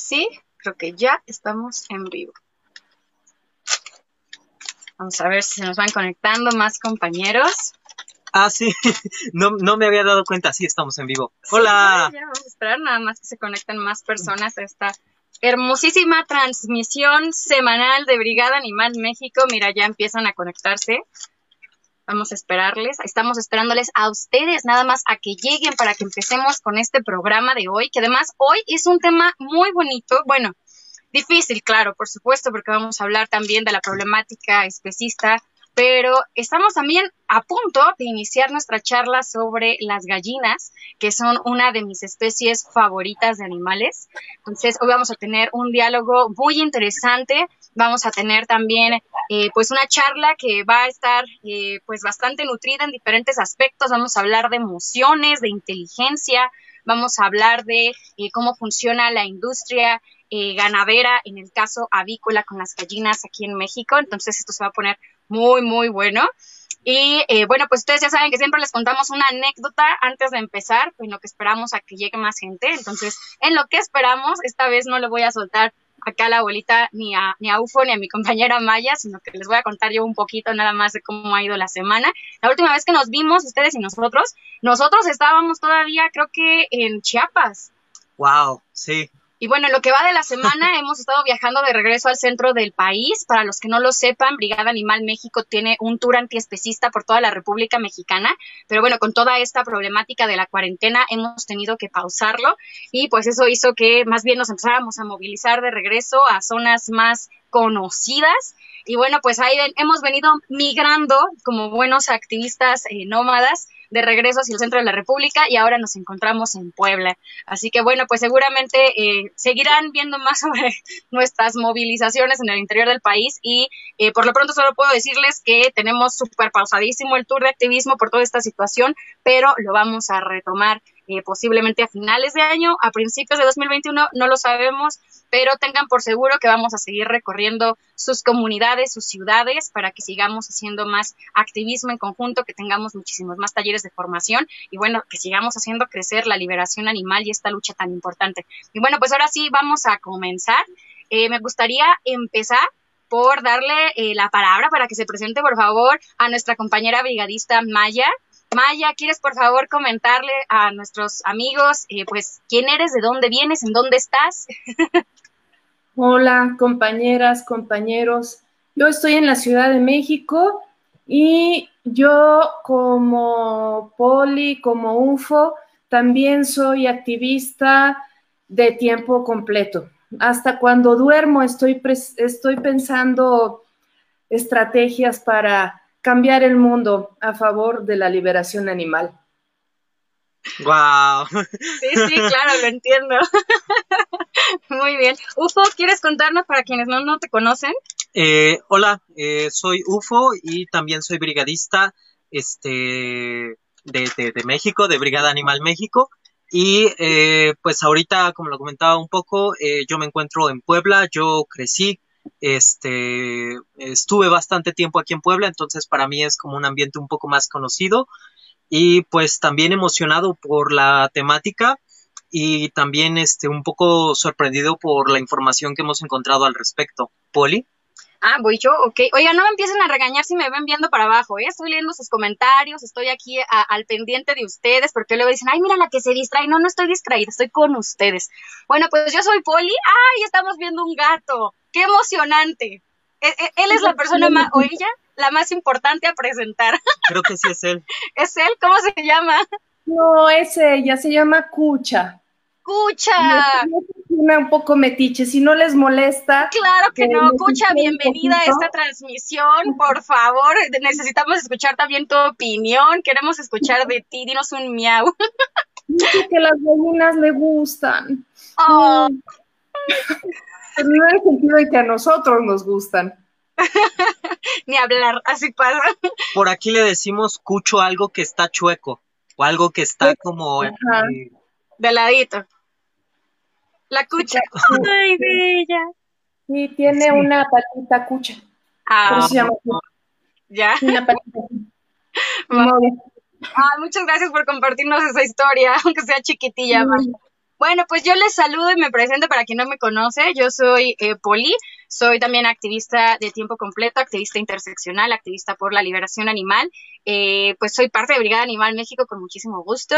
sí, creo que ya estamos en vivo. Vamos a ver si se nos van conectando más compañeros. Ah, sí, no me había dado cuenta, sí, estamos en vivo. Sí, ¡Hola! ya vamos a esperar nada más que se conecten más personas a esta hermosísima transmisión semanal de Brigada Animal México. Mira, ya empiezan a conectarse. Vamos a esperarles. Estamos esperándoles a ustedes nada más a que lleguen para que empecemos con este programa de hoy, que además hoy es un tema muy bonito. Bueno, difícil, claro, por supuesto, porque vamos a hablar también de la problemática especista, pero estamos también a punto de iniciar nuestra charla sobre las gallinas, que son una de mis especies favoritas de animales. Entonces, hoy vamos a tener un diálogo muy interesante. Vamos a tener también pues una charla que va a estar pues bastante nutrida en diferentes aspectos. Vamos a hablar de emociones, de inteligencia, vamos a hablar de cómo funciona la industria ganadera, en el caso avícola con las gallinas aquí en México. Entonces esto se va a poner muy, muy bueno. Y bueno, pues ustedes ya saben que siempre les contamos una anécdota antes de empezar, en lo que esperamos a que llegue más gente. Entonces, en lo que esperamos, esta vez no le voy a soltar acá a la abuelita ni a UFO ni a mi compañera Maya, sino que les voy a contar yo un poquito nada más de cómo ha ido la semana. La última vez que nos vimos, ustedes y nosotros estábamos todavía, creo que en Chiapas. ¡Wow! Sí. Y bueno, en lo que va de la semana hemos estado viajando de regreso al centro del país. Para los que no lo sepan, Brigada Animal México tiene un tour antiespecista por toda la República Mexicana, pero bueno, con toda esta problemática de la cuarentena hemos tenido que pausarlo y pues eso hizo que más bien nos empezáramos a movilizar de regreso a zonas más conocidas. Y bueno, pues ahí hemos venido migrando como buenos activistas nómadas de regreso hacia el centro de la República y ahora nos encontramos en Puebla. Así que bueno, pues seguramente seguirán viendo más sobre nuestras movilizaciones en el interior del país y por lo pronto solo puedo decirles que tenemos súper pausadísimo el tour de activismo por toda esta situación, pero lo vamos a retomar posiblemente a finales de año, a principios de 2021, no lo sabemos, pero tengan por seguro que vamos a seguir recorriendo sus comunidades, sus ciudades, para que sigamos haciendo más activismo en conjunto, que tengamos muchísimos más talleres de formación y bueno, que sigamos haciendo crecer la liberación animal y esta lucha tan importante. Y bueno, pues ahora sí vamos a comenzar. Me gustaría empezar por darle la palabra para que se presente, por favor, a nuestra compañera brigadista Maya. Maya, ¿quieres por favor comentarle a nuestros amigos, pues, quién eres, de dónde vienes, en dónde estás? Hola, compañeras, compañeros. Yo estoy en la Ciudad de México y yo como Poli, como UFO, también soy activista de tiempo completo. Hasta cuando duermo estoy pensando estrategias para cambiar el mundo a favor de la liberación animal. ¡Wow! Sí, claro, lo entiendo. Muy bien. UFO, ¿quieres contarnos para quienes no te conocen? Hola, soy UFO y también soy brigadista de México, de Brigada Animal México. Y pues ahorita, como lo comentaba un poco, yo me encuentro en Puebla, yo crecí, estuve bastante tiempo aquí en Puebla, entonces para mí es como un ambiente un poco más conocido y pues también emocionado por la temática y también un poco sorprendido por la información que hemos encontrado al respecto. Poli. Ah, voy yo, ok. Oiga, no me empiecen a regañar si me ven viendo para abajo, ¿eh? Estoy leyendo sus comentarios, estoy aquí al pendiente de ustedes, porque luego dicen, ay, mira la que se distrae. No, no estoy distraída, estoy con ustedes. Bueno, pues yo soy Poli. ¡Ay, estamos viendo un gato! ¡Qué emocionante! Él es la persona más, o ella, la más importante a presentar. Creo que sí es él. ¿Es él? ¿Cómo se llama? No, es ella, se llama Cucha. ¡Cucha! Un poco metiche, si no les molesta. Claro que no, Cucha, bienvenida a esta transmisión, por favor, necesitamos escuchar también tu opinión, queremos escuchar de ti, dinos un miau. Dice que las gallinas le gustan. Oh. Pero no en el sentido de que a nosotros nos gustan. Ni hablar, así pasa. Por aquí le decimos Cucho algo que está chueco, o algo que está como... de ladito. La Cucha. Ay, bella. Sí, tiene una patita Cucha. Por eso se llama Cucha. Ya. Una patita. Muchas gracias por compartirnos esa historia, aunque sea chiquitilla. Bueno, pues yo les saludo y me presento para quien no me conoce. Yo soy Poli, soy también activista de tiempo completo, activista interseccional, activista por la liberación animal. Pues soy parte de Brigada Animal México con muchísimo gusto.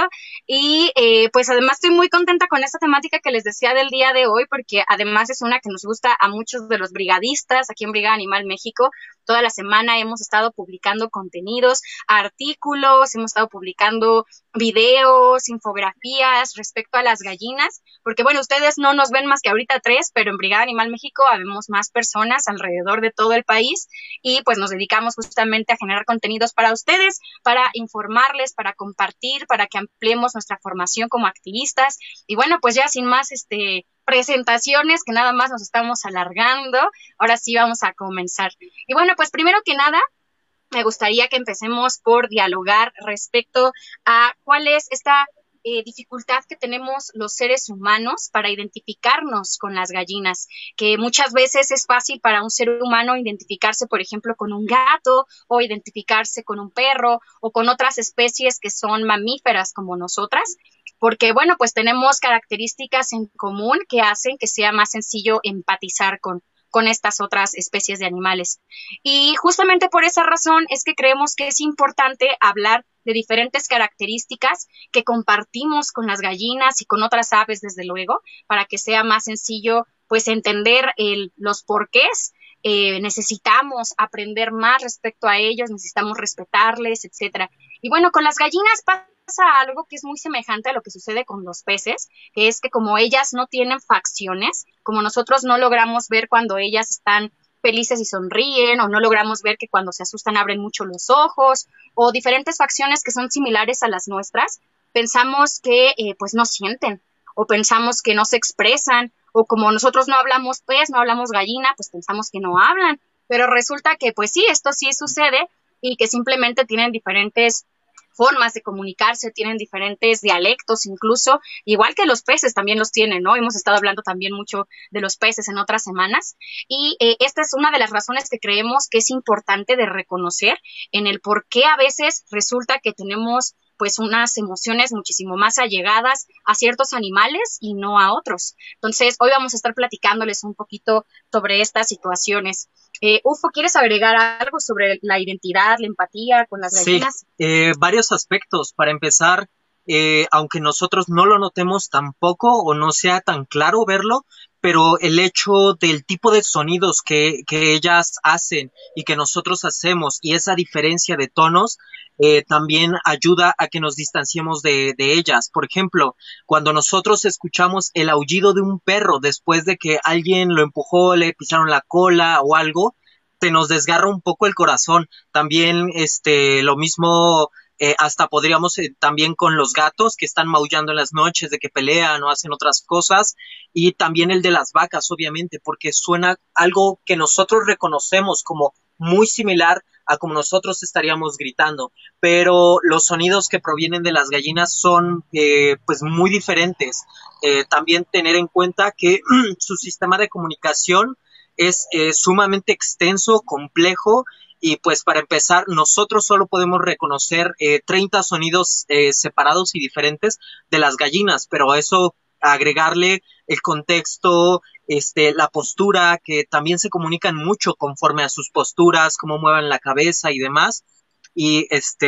Y pues además estoy muy contenta con esta temática que les decía del día de hoy, porque además es una que nos gusta a muchos de los brigadistas aquí en Brigada Animal México. Toda la semana hemos estado publicando contenidos, artículos, hemos estado publicando videos, infografías respecto a las gallinas, porque bueno, ustedes no nos ven más que ahorita 3, pero en Brigada Animal México habemos más personas alrededor de todo el país y pues nos dedicamos justamente a generar contenidos para ustedes, para informarles, para compartir, para que ampliemos nuestra formación como activistas. Y bueno, pues ya sin más presentaciones, que nada más nos estamos alargando, ahora sí vamos a comenzar. Y bueno, pues primero que nada, me gustaría que empecemos por dialogar respecto a cuál es esta dificultad que tenemos los seres humanos para identificarnos con las gallinas, que muchas veces es fácil para un ser humano identificarse, por ejemplo, con un gato o identificarse con un perro o con otras especies que son mamíferas como nosotras, porque, bueno, pues tenemos características en común que hacen que sea más sencillo empatizar con estas otras especies de animales. Y justamente por esa razón es que creemos que es importante hablar de diferentes características que compartimos con las gallinas y con otras aves, desde luego, para que sea más sencillo pues entender los porqués. Necesitamos aprender más respecto a ellos, necesitamos respetarles, etcétera. Y bueno, con las gallinas pasa algo que es muy semejante a lo que sucede con los peces, que es que como ellas no tienen facciones, como nosotros no logramos ver cuando ellas están felices y sonríen, o no logramos ver que cuando se asustan abren mucho los ojos, o diferentes facciones que son similares a las nuestras, pensamos que pues no sienten, o pensamos que no se expresan, o como nosotros no hablamos pez, no hablamos gallina, pues pensamos que no hablan, pero resulta que pues sí, esto sí sucede, y que simplemente tienen diferentes formas de comunicarse, tienen diferentes dialectos incluso, igual que los peces también los tienen, ¿no? Hemos estado hablando también mucho de los peces en otras semanas y esta es una de las razones que creemos que es importante de reconocer en el por qué a veces resulta que tenemos pues unas emociones muchísimo más allegadas a ciertos animales y no a otros. Entonces, hoy vamos a estar platicándoles un poquito sobre estas situaciones. Ufo, ¿quieres agregar algo sobre la identidad, la empatía con las gallinas? Sí, varios aspectos. Para empezar, aunque nosotros no lo notemos tampoco o no sea tan claro verlo, pero el hecho del tipo de sonidos que ellas hacen y que nosotros hacemos y esa diferencia de tonos también ayuda a que nos distanciemos de ellas. Por ejemplo, cuando nosotros escuchamos el aullido de un perro después de que alguien lo empujó, le pisaron la cola o algo, se nos desgarra un poco el corazón. También lo mismo hasta podríamos también con los gatos que están maullando en las noches de que pelean o hacen otras cosas, y también el de las vacas, obviamente, porque suena algo que nosotros reconocemos como muy similar a como nosotros estaríamos gritando, pero los sonidos que provienen de las gallinas son pues muy diferentes. También tener en cuenta que su sistema de comunicación es sumamente extenso, complejo, y pues para empezar nosotros solo podemos reconocer 30 sonidos separados y diferentes de las gallinas, pero a eso agregarle el contexto, la postura, que también se comunican mucho conforme a sus posturas, cómo mueven la cabeza y demás, y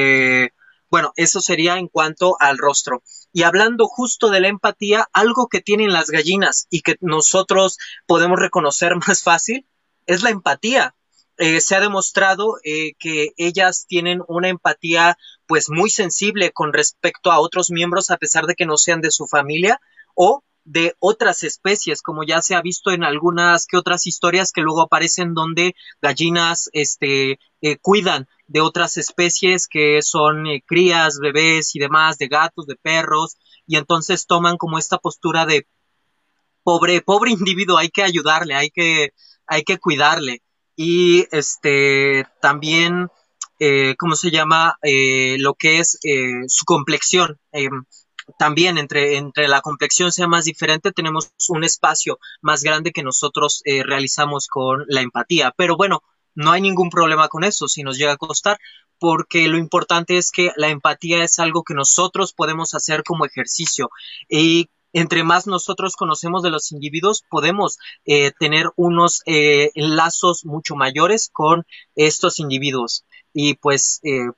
bueno, eso sería en cuanto al rostro. Y hablando justo de la empatía, algo que tienen las gallinas y que nosotros podemos reconocer más fácil es la empatía. Se ha demostrado que ellas tienen una empatía pues muy sensible con respecto a otros miembros, a pesar de que no sean de su familia o de otras especies, como ya se ha visto en algunas que otras historias que luego aparecen donde gallinas cuidan de otras especies que son crías, bebés y demás, de gatos, de perros, y entonces toman como esta postura de pobre individuo, hay que ayudarle, hay que cuidarle. Y también ¿cómo se llama? Lo que es su complexión. También entre la complexión sea más diferente, tenemos un espacio más grande que nosotros realizamos con la empatía. Pero bueno, no hay ningún problema con eso si nos llega a costar, porque lo importante es que la empatía es algo que nosotros podemos hacer como ejercicio. Y entre más nosotros conocemos de los individuos, podemos tener unos lazos mucho mayores con estos individuos. Y pues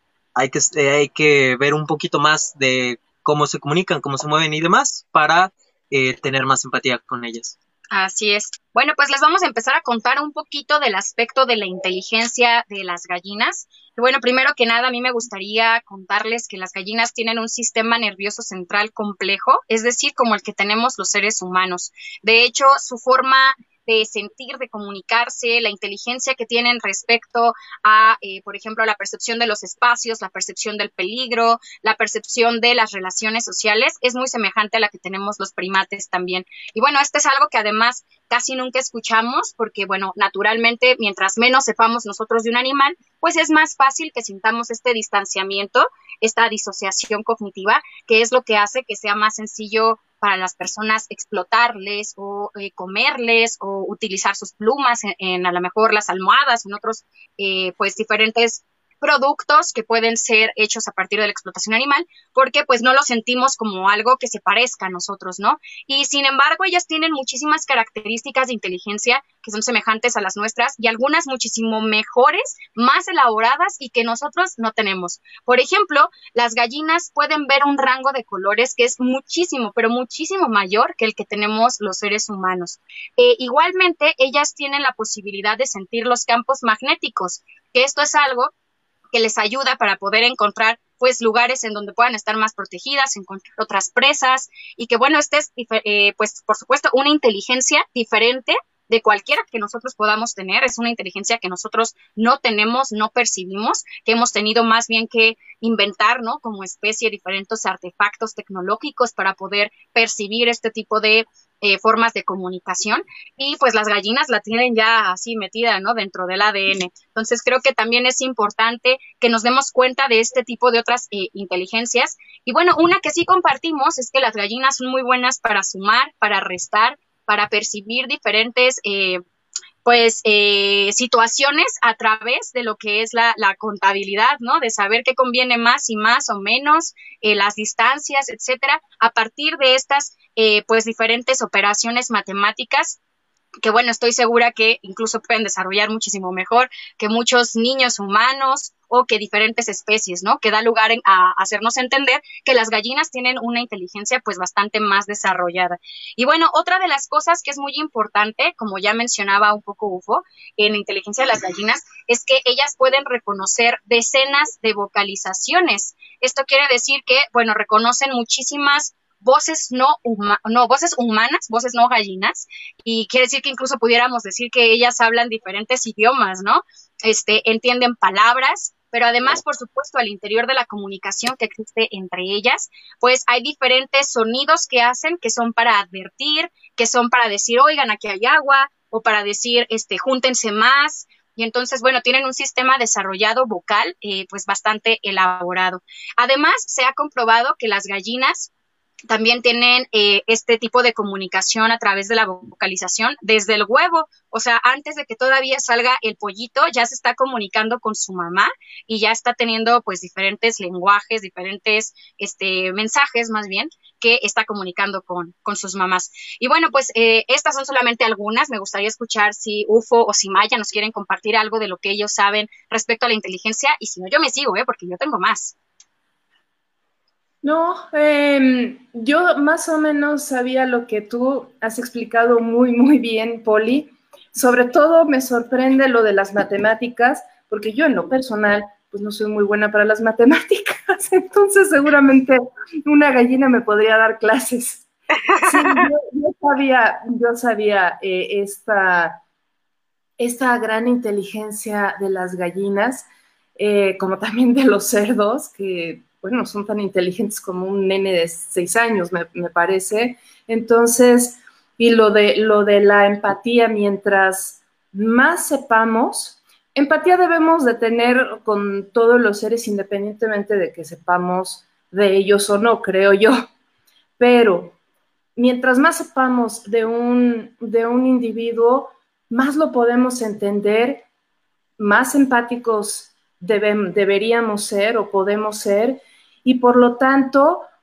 hay que ver un poquito más de cómo se comunican, cómo se mueven y demás para tener más empatía con ellas. Así es. Bueno, pues les vamos a empezar a contar un poquito del aspecto de la inteligencia de las gallinas. Y bueno, primero que nada, a mí me gustaría contarles que las gallinas tienen un sistema nervioso central complejo, es decir, como el que tenemos los seres humanos. De hecho, su forma de sentir, de comunicarse, la inteligencia que tienen respecto a, por ejemplo, la percepción de los espacios, la percepción del peligro, la percepción de las relaciones sociales, es muy semejante a la que tenemos los primates también. Y bueno, este es algo que además casi nunca escuchamos porque, bueno, naturalmente, mientras menos sepamos nosotros de un animal, pues es más fácil que sintamos este distanciamiento, esta disociación cognitiva, que es lo que hace que sea más sencillo para las personas explotarles o comerles o utilizar sus plumas en a lo mejor las almohadas o en otros pues diferentes productos que pueden ser hechos a partir de la explotación animal, porque pues no lo sentimos como algo que se parezca a nosotros, ¿no? Y sin embargo, ellas tienen muchísimas características de inteligencia que son semejantes a las nuestras y algunas muchísimo mejores, más elaboradas y que nosotros no tenemos. Por ejemplo, las gallinas pueden ver un rango de colores que es muchísimo, pero muchísimo mayor que el que tenemos los seres humanos. Igualmente, ellas tienen la posibilidad de sentir los campos magnéticos, que esto es algo que les ayuda para poder encontrar pues lugares en donde puedan estar más protegidas, encontrar otras presas y que bueno, este es pues por supuesto una inteligencia diferente de cualquiera que nosotros podamos tener, es una inteligencia que nosotros no tenemos, no percibimos, que hemos tenido más bien que inventar, ¿no? Como especie diferentes artefactos tecnológicos para poder percibir este tipo de formas de comunicación y pues las gallinas la tienen ya así metida, ¿no? Dentro del ADN. Entonces creo que también es importante que nos demos cuenta de este tipo de otras inteligencias y bueno, una que sí compartimos es que las gallinas son muy buenas para sumar, para restar, para percibir diferentes situaciones a través de lo que es la contabilidad, ¿no? De saber qué conviene más y más o menos, las distancias, etcétera, a partir de estas, pues, diferentes operaciones matemáticas que bueno, estoy segura que incluso pueden desarrollar muchísimo mejor que muchos niños humanos o que diferentes especies, ¿no? Que da lugar a hacernos entender que las gallinas tienen una inteligencia pues bastante más desarrollada. Y bueno, otra de las cosas que es muy importante, como ya mencionaba un poco Ufo, en la inteligencia de las gallinas, es que ellas pueden reconocer decenas de vocalizaciones. Esto quiere decir que, bueno, reconocen muchísimas voces voces humanas, voces no gallinas, y quiere decir que incluso pudiéramos decir que ellas hablan diferentes idiomas, ¿no? Entienden palabras, pero además, por supuesto, al interior de la comunicación que existe entre ellas, pues hay diferentes sonidos que hacen, que son para advertir, que son para decir, oigan, aquí hay agua, o para decir, júntense más, y entonces, bueno, tienen un sistema desarrollado vocal, pues bastante elaborado. Además, se ha comprobado que las gallinas también tienen este tipo de comunicación a través de la vocalización desde el huevo, o sea, antes de que todavía salga el pollito, ya se está comunicando con su mamá y ya está teniendo pues diferentes lenguajes, diferentes mensajes más bien, que está comunicando con sus mamás. Y bueno, pues estas son solamente algunas, me gustaría escuchar si Ufo o si Maya nos quieren compartir algo de lo que ellos saben respecto a la inteligencia, y si no, yo me sigo, porque yo tengo más. No, yo más o menos sabía lo que tú has explicado muy bien, Poli. Sobre todo me sorprende lo de las matemáticas, porque yo en lo personal, pues no soy muy buena para las matemáticas, entonces seguramente una gallina me podría dar clases. Sí, yo sabía esta gran inteligencia de las gallinas, como también de los cerdos, que bueno, son tan inteligentes como un nene de 6 años, me parece. Entonces, y lo de la empatía, mientras más sepamos, empatía debemos de tener con todos los seres, independientemente de que sepamos de ellos o no, creo yo. Pero mientras más sepamos de un individuo, más lo podemos entender, más empáticos deberíamos ser o podemos ser, y por lo tanto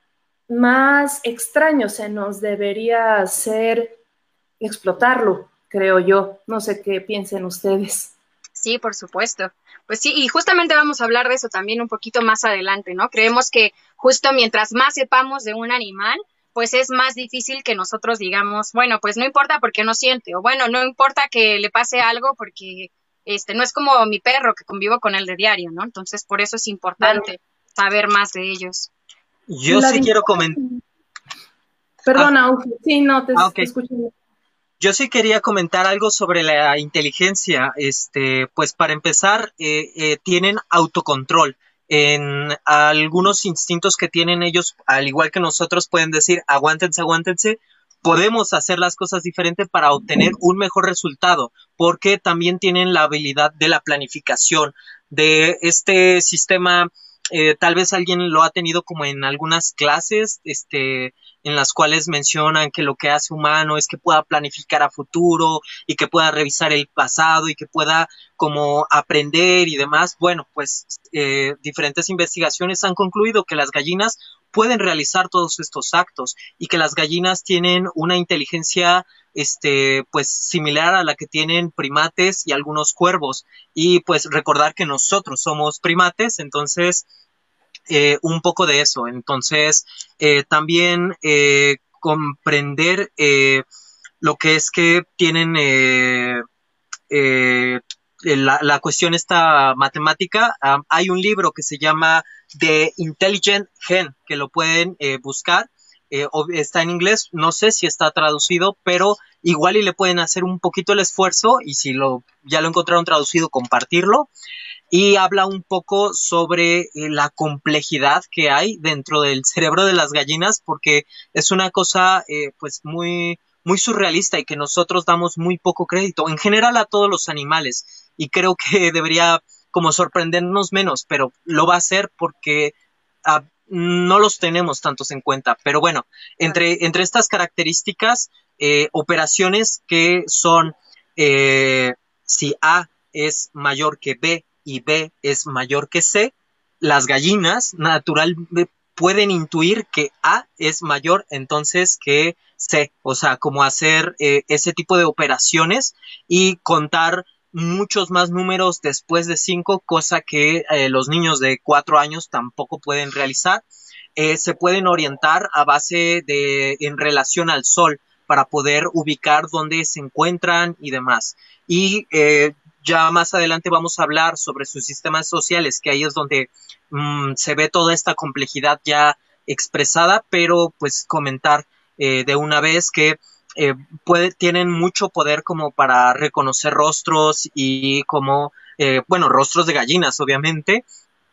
más extraño se nos debería hacer explotarlo, creo yo. No sé qué piensen ustedes. Sí, por supuesto. Pues sí, y justamente vamos a hablar de eso también un poquito más adelante, ¿no? Creemos que justo mientras más sepamos de un animal, pues es más difícil que nosotros digamos, bueno, pues no importa porque no siente, o bueno, no importa que le pase algo porque no es como mi perro que convivo con él de diario, ¿no? Entonces, por eso es importante saber más de ellos. Yo sí quiero comentar. Perdona, sí, no, te Ok. escucho. Yo sí quería comentar algo sobre la inteligencia. Pues para empezar, tienen autocontrol. En algunos instintos que tienen ellos, al igual que nosotros, pueden decir, aguántense, aguántense. Podemos hacer las cosas diferentes para obtener un mejor resultado, porque también tienen la habilidad de la planificación, de este sistema. Tal vez alguien lo ha tenido como en algunas clases, en las cuales mencionan que lo que hace humano es que pueda planificar a futuro y que pueda revisar el pasado y que pueda como aprender y demás. Bueno, pues diferentes investigaciones han concluido que las gallinas pueden realizar todos estos actos y que las gallinas tienen una inteligencia pues similar a la que tienen primates y algunos cuervos, y pues recordar que nosotros somos primates, entonces un poco de eso. Entonces también comprender lo que es que tienen la cuestión esta matemática. Hay un libro que se llama The Intelligent Gen, que lo pueden buscar. Está en inglés, no sé si está traducido, pero igual y le pueden hacer un poquito el esfuerzo, y si ya lo encontraron traducido, compartirlo. Y habla un poco sobre la complejidad que hay dentro del cerebro de las gallinas, porque es una cosa pues muy, muy surrealista y que nosotros damos muy poco crédito en general a todos los animales, y creo que debería como sorprendernos menos, pero lo va a hacer porque no los tenemos tantos en cuenta. Pero bueno, entre estas características, operaciones que son si A es mayor que B y B es mayor que C, las gallinas naturalmente pueden intuir que A es mayor entonces que C, o sea, como hacer ese tipo de operaciones y contar muchos más números después de 5, cosa que los niños de 4 años tampoco pueden realizar. Se pueden orientar a base en relación al sol para poder ubicar dónde se encuentran y demás. Y ya más adelante vamos a hablar sobre sus sistemas sociales, que ahí es donde se ve toda esta complejidad ya expresada, pero pues comentar de una vez que tienen mucho poder como para reconocer rostros y como, bueno, rostros de gallinas, obviamente,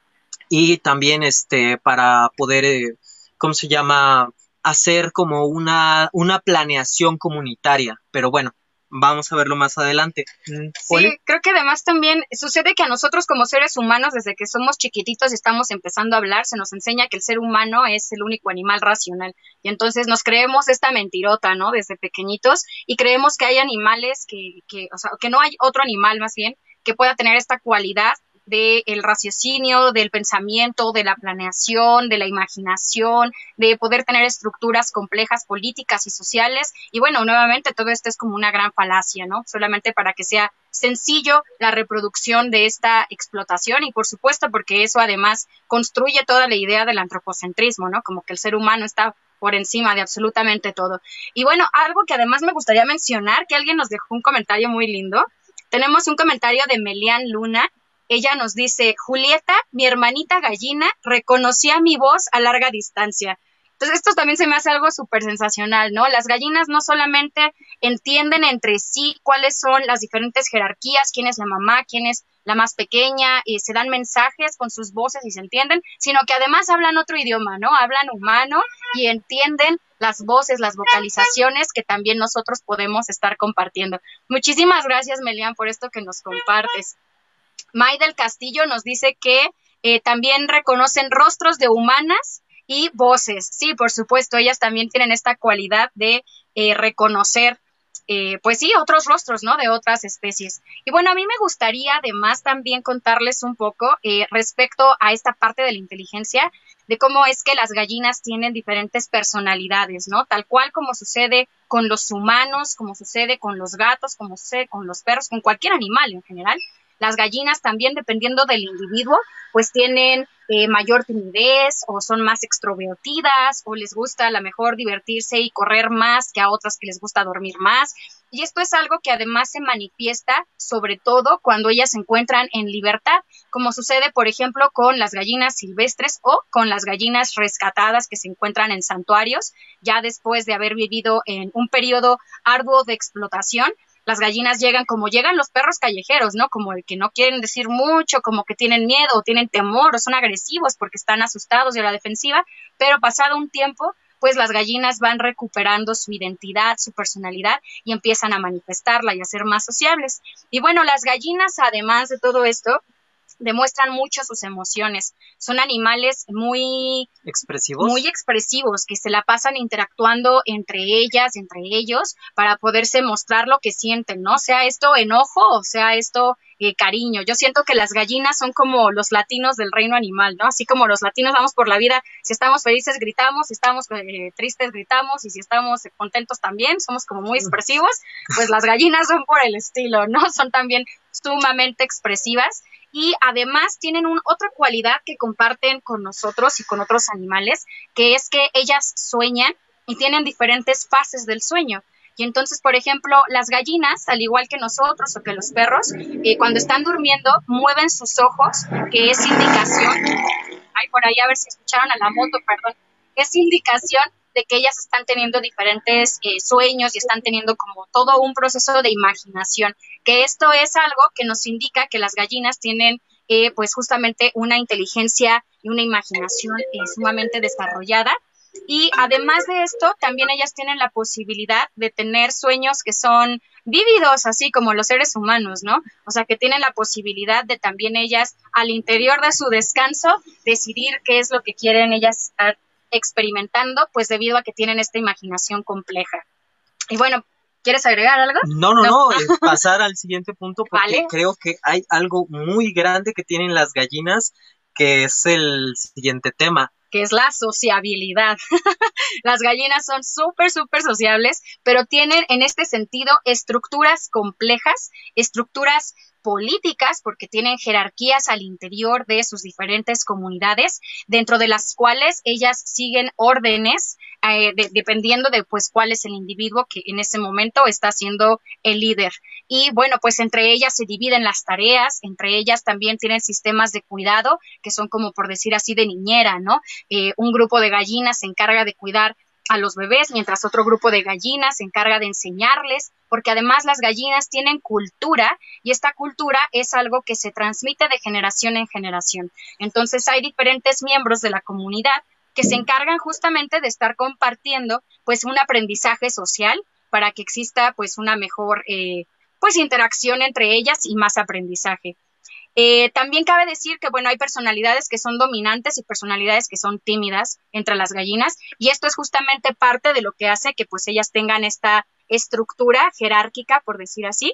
y también para poder, ¿cómo se llama? Hacer como una planeación comunitaria, pero bueno, vamos a verlo más adelante. Sí, creo que además también sucede que a nosotros como seres humanos, desde que somos chiquititos y estamos empezando a hablar, se nos enseña que el ser humano es el único animal racional. Y entonces nos creemos esta mentirota, ¿no? Desde pequeñitos, y creemos que hay animales o sea, que no hay otro animal más bien que pueda tener esta cualidad del raciocinio, del pensamiento, de la planeación, de la imaginación, de poder tener estructuras complejas políticas y sociales. Y bueno, nuevamente todo esto es como una gran falacia, ¿no? Solamente para que sea sencillo la reproducción de esta explotación, y por supuesto porque eso además construye toda la idea del antropocentrismo, ¿no? Como que el ser humano está por encima de absolutamente todo. Y bueno, algo que además me gustaría mencionar, que alguien nos dejó un comentario muy lindo. Tenemos un comentario de Melian Luna. Ella nos dice: Julieta, mi hermanita gallina, reconocía mi voz a larga distancia. Entonces esto también se me hace algo súper sensacional, ¿no? Las gallinas no solamente entienden entre sí cuáles son las diferentes jerarquías, quién es la mamá, quién es la más pequeña, y se dan mensajes con sus voces y se entienden, sino que además hablan otro idioma, ¿no? Hablan humano y entienden las voces, las vocalizaciones que también nosotros podemos estar compartiendo. Muchísimas gracias, Melian, por esto que nos compartes. May del Castillo nos dice que también reconocen rostros de humanas y voces. Sí, por supuesto, ellas también tienen esta cualidad de reconocer, pues sí, otros rostros, ¿no? De otras especies. Y bueno, a mí me gustaría además también contarles un poco respecto a esta parte de la inteligencia, de cómo es que las gallinas tienen diferentes personalidades, ¿no? Tal cual como sucede con los humanos, como sucede con los gatos, como sucede con los perros, con cualquier animal en general. Las gallinas también, dependiendo del individuo, pues tienen mayor timidez o son más extrovertidas o les gusta a lo mejor divertirse y correr más que a otras que les gusta dormir más. Y esto es algo que además se manifiesta sobre todo cuando ellas se encuentran en libertad, como sucede, por ejemplo, con las gallinas silvestres o con las gallinas rescatadas que se encuentran en santuarios, ya después de haber vivido en un periodo arduo de explotación. Las gallinas llegan como llegan los perros callejeros, ¿no? Como el que no quieren decir mucho, como que tienen miedo o tienen temor o son agresivos porque están asustados y a la defensiva, pero pasado un tiempo, pues las gallinas van recuperando su identidad, su personalidad y empiezan a manifestarla y a ser más sociables. Y bueno, las gallinas, además de todo esto, demuestran mucho sus emociones. Son animales muy expresivos, que se la pasan interactuando entre ellas, entre ellos, para poderse mostrar lo que sienten, ¿no? Sea esto enojo o sea esto cariño. Yo siento que las gallinas son como los latinos del reino animal, ¿no? Así como los latinos vamos por la vida, si estamos felices gritamos, si estamos tristes gritamos y si estamos contentos también, somos como muy expresivos, pues las gallinas son por el estilo, ¿no? Son también sumamente expresivas. Y además tienen otra cualidad que comparten con nosotros y con otros animales, que es que ellas sueñan y tienen diferentes fases del sueño. Y entonces, por ejemplo, las gallinas, al igual que nosotros o que los perros, cuando están durmiendo, mueven sus ojos, que es indicación, ay, por ahí a ver si escucharon a la moto, perdón, es indicación de que ellas están teniendo diferentes sueños y están teniendo como todo un proceso de imaginación, que esto es algo que nos indica que las gallinas tienen pues justamente una inteligencia y una imaginación sumamente desarrollada. Y además de esto, también ellas tienen la posibilidad de tener sueños que son vívidos, así como los seres humanos, ¿no? O sea, que tienen la posibilidad de también ellas, al interior de su descanso, decidir qué es lo que quieren ellas estar experimentando, pues debido a que tienen esta imaginación compleja. Y bueno, ¿quieres agregar algo? No, pasar al siguiente punto porque ¿Vale? Creo que hay algo muy grande que tienen las gallinas, que es el siguiente tema. Que es la sociabilidad. Las gallinas son súper sociables, pero tienen en este sentido estructuras complejas, estructuras políticas, porque tienen jerarquías al interior de sus diferentes comunidades, dentro de las cuales ellas siguen órdenes, dependiendo de pues cuál es el individuo que en ese momento está siendo el líder. Y bueno, pues entre ellas se dividen las tareas, entre ellas también tienen sistemas de cuidado, que son como por decir así de niñera, ¿no? Un grupo de gallinas se encarga de cuidar a los bebés, mientras otro grupo de gallinas se encarga de enseñarles, porque además las gallinas tienen cultura y esta cultura es algo que se transmite de generación en generación. Entonces hay diferentes miembros de la comunidad que se encargan justamente de estar compartiendo pues un aprendizaje social para que exista pues una mejor pues interacción entre ellas y más aprendizaje. También cabe decir que, bueno, hay personalidades que son dominantes y personalidades que son tímidas entre las gallinas, y esto es justamente parte de lo que hace que, pues, ellas tengan esta estructura jerárquica, por decir así.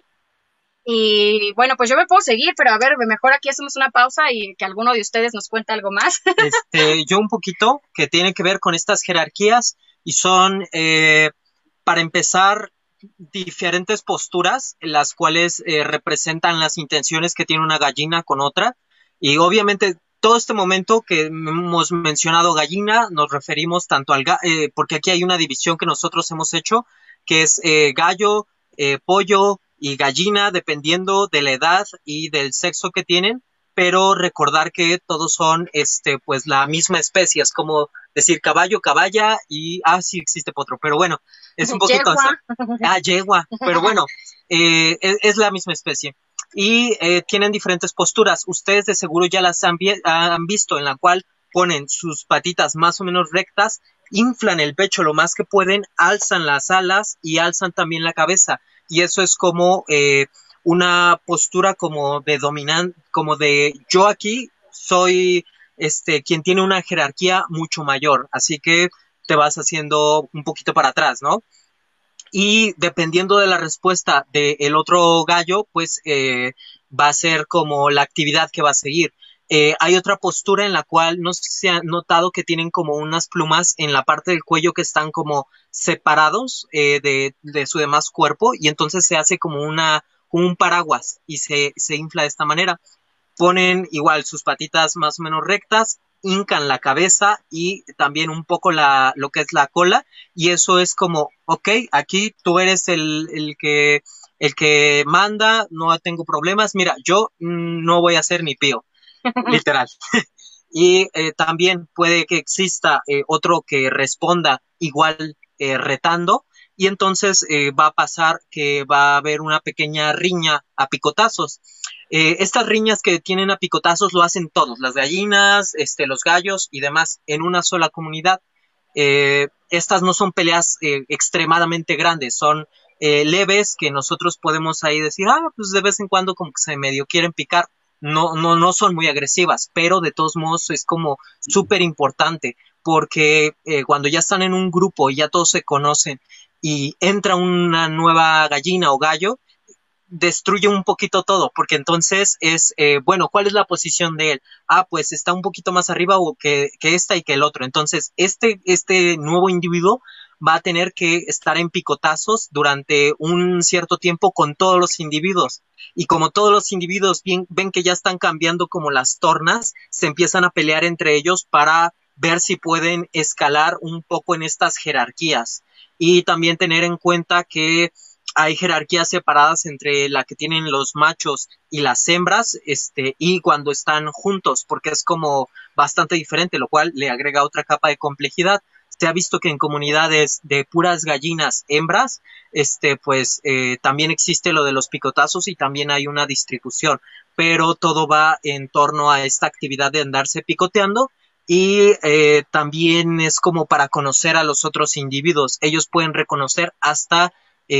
Y, bueno, pues yo me puedo seguir, pero a ver, mejor aquí hacemos una pausa y que alguno de ustedes nos cuente algo más. Yo un poquito, que tiene que ver con estas jerarquías, y son, para empezar, diferentes posturas, las cuales representan las intenciones que tiene una gallina con otra, y obviamente todo este momento que hemos mencionado gallina, nos referimos tanto al porque aquí hay una división que nosotros hemos hecho, que es gallo, pollo y gallina, dependiendo de la edad y del sexo que tienen, pero recordar que todos son pues la misma especie, es como decir caballo, caballa y sí existe potro, pero bueno, es un poquito yegua, pero bueno, es la misma especie y tienen diferentes posturas. Ustedes de seguro ya las han visto, en la cual ponen sus patitas más o menos rectas, inflan el pecho lo más que pueden, alzan las alas y alzan también la cabeza, y eso es como una postura como de dominante, como de yo aquí soy quien tiene una jerarquía mucho mayor, así que te vas haciendo un poquito para atrás, ¿no? Y dependiendo de la respuesta del otro gallo, pues va a ser como la actividad que va a seguir. Hay otra postura en la cual no sé si se ha notado que tienen como unas plumas en la parte del cuello que están como separados de su demás cuerpo y entonces se hace como un paraguas y se infla de esta manera. Ponen igual sus patitas más o menos rectas, hincan la cabeza y también un poco lo que es la cola y eso es como, ok, aquí tú eres el que manda, no tengo problemas, mira, yo no voy a hacer ni pío, literal. Y también puede que exista otro que responda igual retando y entonces va a pasar que va a haber una pequeña riña a picotazos. Estas riñas que tienen a picotazos lo hacen todos, las gallinas, los gallos y demás, en una sola comunidad. Estas no son peleas extremadamente grandes, son leves que nosotros podemos ahí decir, pues de vez en cuando como que se medio quieren picar. No son muy agresivas, pero de todos modos es como súper importante porque cuando ya están en un grupo y ya todos se conocen y entra una nueva gallina o gallo, destruye un poquito todo, porque entonces es, bueno, ¿cuál es la posición de él? Pues está un poquito más arriba o que esta y que el otro. Entonces, este nuevo individuo va a tener que estar en picotazos durante un cierto tiempo con todos los individuos. Y como todos los individuos ven que ya están cambiando como las tornas, se empiezan a pelear entre ellos para ver si pueden escalar un poco en estas jerarquías. Y también tener en cuenta que hay jerarquías separadas entre la que tienen los machos y las hembras, y cuando están juntos, porque es como bastante diferente, lo cual le agrega otra capa de complejidad. Se ha visto que en comunidades de puras gallinas hembras, pues también existe lo de los picotazos y también hay una distribución, pero todo va en torno a esta actividad de andarse picoteando y también es como para conocer a los otros individuos. Ellos pueden reconocer hasta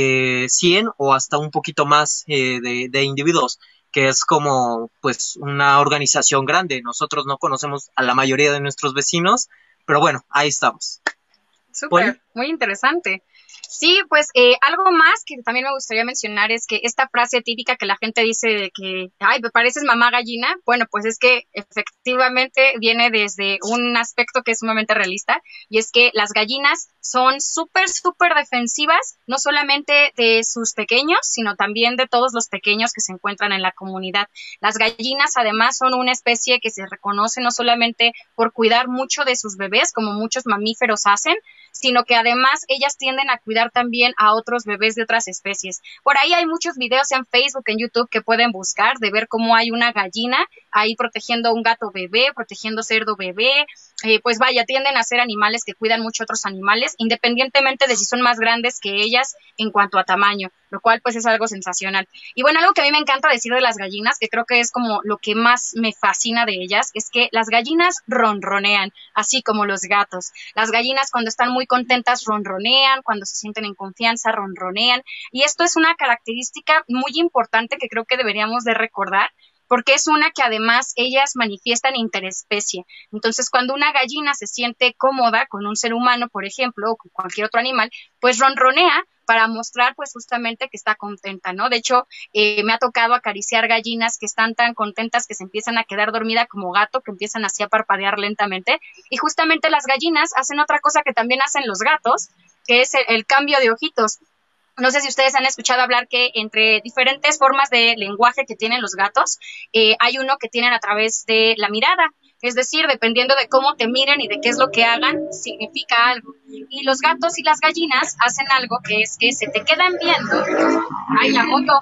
100 o hasta un poquito más de individuos, que es como pues una organización grande. Nosotros no conocemos a la mayoría de nuestros vecinos, pero bueno, ahí estamos. Súper, muy interesante. Sí, pues algo más que también me gustaría mencionar es que esta frase típica que la gente dice de que, ay, me pareces mamá gallina, bueno, pues es que efectivamente viene desde un aspecto que es sumamente realista y es que las gallinas son súper, súper defensivas, no solamente de sus pequeños, sino también de todos los pequeños que se encuentran en la comunidad. Las gallinas además son una especie que se reconoce no solamente por cuidar mucho de sus bebés, como muchos mamíferos hacen, sino que además ellas tienden a cuidar también a otros bebés de otras especies. Por ahí hay muchos videos en Facebook, en YouTube que pueden buscar de ver cómo hay una gallina ahí protegiendo a un gato bebé, protegiendo cerdo bebé, pues vaya, tienden a ser animales que cuidan mucho a otros animales, independientemente de si son más grandes que ellas en cuanto a tamaño, lo cual pues es algo sensacional. Y bueno, algo que a mí me encanta decir de las gallinas, que creo que es como lo que más me fascina de ellas, es que las gallinas ronronean, así como los gatos. Las gallinas cuando están muy contentas ronronean, cuando se sienten en confianza ronronean, y esto es una característica muy importante que creo que deberíamos de recordar, porque es una que además ellas manifiestan interespecie. Entonces, cuando una gallina se siente cómoda con un ser humano, por ejemplo, o con cualquier otro animal, pues ronronea para mostrar pues justamente que está contenta, ¿no? De hecho, me ha tocado acariciar gallinas que están tan contentas que se empiezan a quedar dormida como gato, que empiezan así a parpadear lentamente, y justamente las gallinas hacen otra cosa que también hacen los gatos, que es el cambio de ojitos. No sé si ustedes han escuchado hablar que entre diferentes formas de lenguaje que tienen los gatos, hay uno que tienen a través de la mirada. Es decir, dependiendo de cómo te miren y de qué es lo que hagan, significa algo. Y los gatos y las gallinas hacen algo que es que se te quedan viendo. ¡Ay, la moto!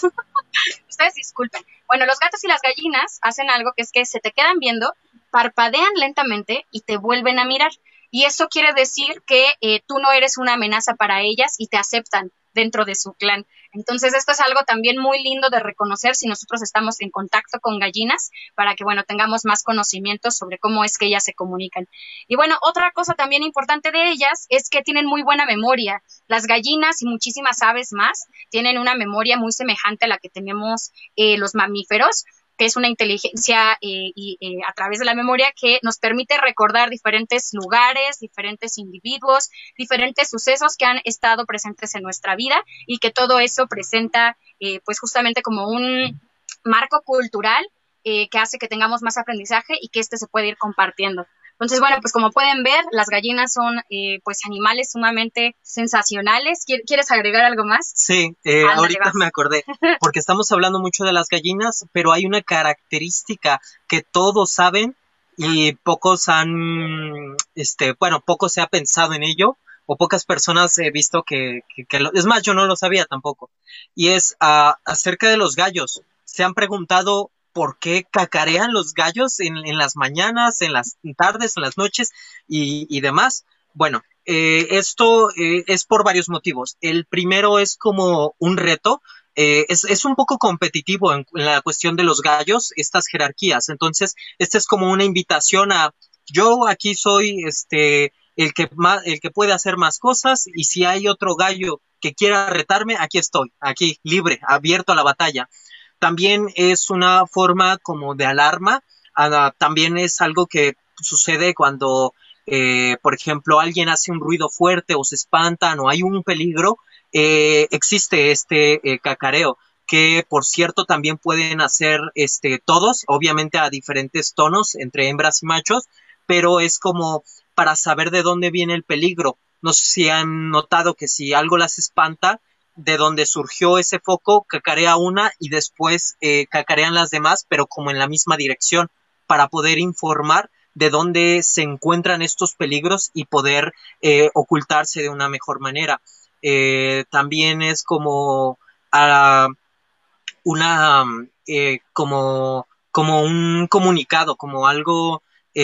Ustedes disculpen. Bueno, los gatos y las gallinas hacen algo que es que se te quedan viendo, parpadean lentamente y te vuelven a mirar. Y eso quiere decir que tú no eres una amenaza para ellas y te aceptan dentro de su clan. Entonces, esto es algo también muy lindo de reconocer si nosotros estamos en contacto con gallinas para que, bueno, tengamos más conocimiento sobre cómo es que ellas se comunican. Y bueno, otra cosa también importante de ellas es que tienen muy buena memoria. Las gallinas y muchísimas aves más tienen una memoria muy semejante a la que tenemos los mamíferos, que es una inteligencia a través de la memoria que nos permite recordar diferentes lugares, diferentes individuos, diferentes sucesos que han estado presentes en nuestra vida y que todo eso presenta pues justamente como un marco cultural que hace que tengamos más aprendizaje y que se puede ir compartiendo. Entonces, bueno, pues como pueden ver, las gallinas son pues animales sumamente sensacionales. ¿Quieres agregar algo más? Sí, ahorita me acordé, porque estamos hablando mucho de las gallinas, pero hay una característica que todos saben y pocos pocos se ha pensado en ello, o pocas personas he visto es más, yo no lo sabía tampoco, y es acerca de los gallos. ¿Se han preguntado por qué cacarean los gallos en las mañanas, en las tardes, en las noches y demás? Bueno, esto es por varios motivos. El primero es como un reto. Es un poco competitivo en la cuestión de los gallos, estas jerarquías. Entonces, esta es como una invitación yo aquí soy el que puede hacer más cosas, y si hay otro gallo que quiera retarme, aquí estoy, aquí, libre, abierto a la batalla. También es una forma como de alarma. También es algo que sucede cuando, por ejemplo, alguien hace un ruido fuerte o se espantan o hay un peligro. Existe cacareo, que por cierto también pueden hacer todos, obviamente a diferentes tonos entre hembras y machos, pero es como para saber de dónde viene el peligro. No sé si han notado que si algo las espanta, de donde surgió ese foco, cacarea una y después cacarean las demás, pero como en la misma dirección, para poder informar de dónde se encuentran estos peligros y poder ocultarse de una mejor manera. También es como como un comunicado, como algo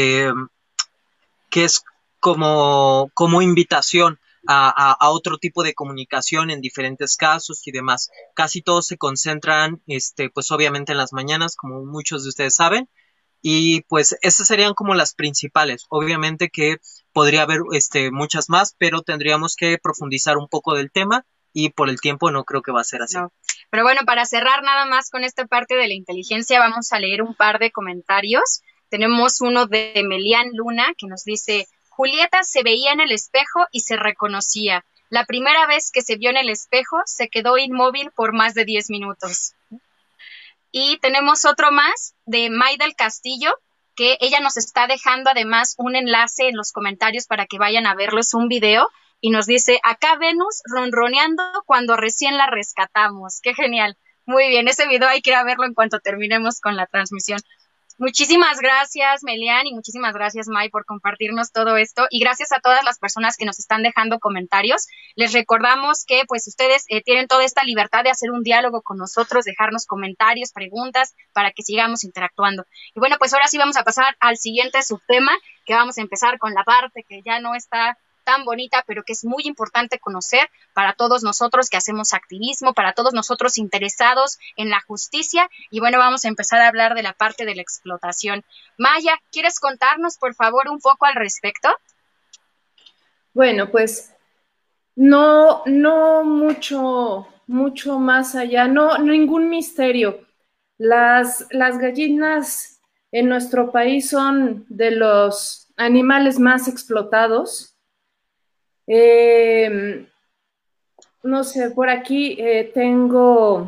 que es como invitación a otro tipo de comunicación en diferentes casos y demás. Casi todos se concentran, pues obviamente en las mañanas, como muchos de ustedes saben, y pues esas serían como las principales. Obviamente que podría haber muchas más, pero tendríamos que profundizar un poco del tema, y por el tiempo no creo que va a ser así. No. Pero bueno, para cerrar nada más con esta parte de la inteligencia, vamos a leer un par de comentarios. Tenemos uno de Melian Luna que nos dice: Julieta se veía en el espejo y se reconocía. La primera vez que se vio en el espejo se quedó inmóvil por más de 10 minutos. Y tenemos otro más de Maidel Castillo, que ella nos está dejando además un enlace en los comentarios para que vayan a verlo. Es un video y nos dice: acá Venus ronroneando cuando recién la rescatamos. ¡Qué genial! Muy bien, ese video hay que ir a verlo en cuanto terminemos con la transmisión. Muchísimas gracias, Melian, y muchísimas gracias, May, por compartirnos todo esto, y gracias a todas las personas que nos están dejando comentarios. Les recordamos que pues ustedes tienen toda esta libertad de hacer un diálogo con nosotros, dejarnos comentarios, preguntas, para que sigamos interactuando. Y bueno, pues ahora sí vamos a pasar al siguiente subtema, que vamos a empezar con la parte que ya no está tan bonita, pero que es muy importante conocer para todos nosotros que hacemos activismo, para todos nosotros interesados en la justicia. Y bueno, vamos a empezar a hablar de la parte de la explotación. Maya, ¿quieres contarnos, por favor, un poco al respecto? Bueno, pues no mucho más allá, no ningún misterio. Las gallinas en nuestro país son de los animales más explotados. No sé, por aquí tengo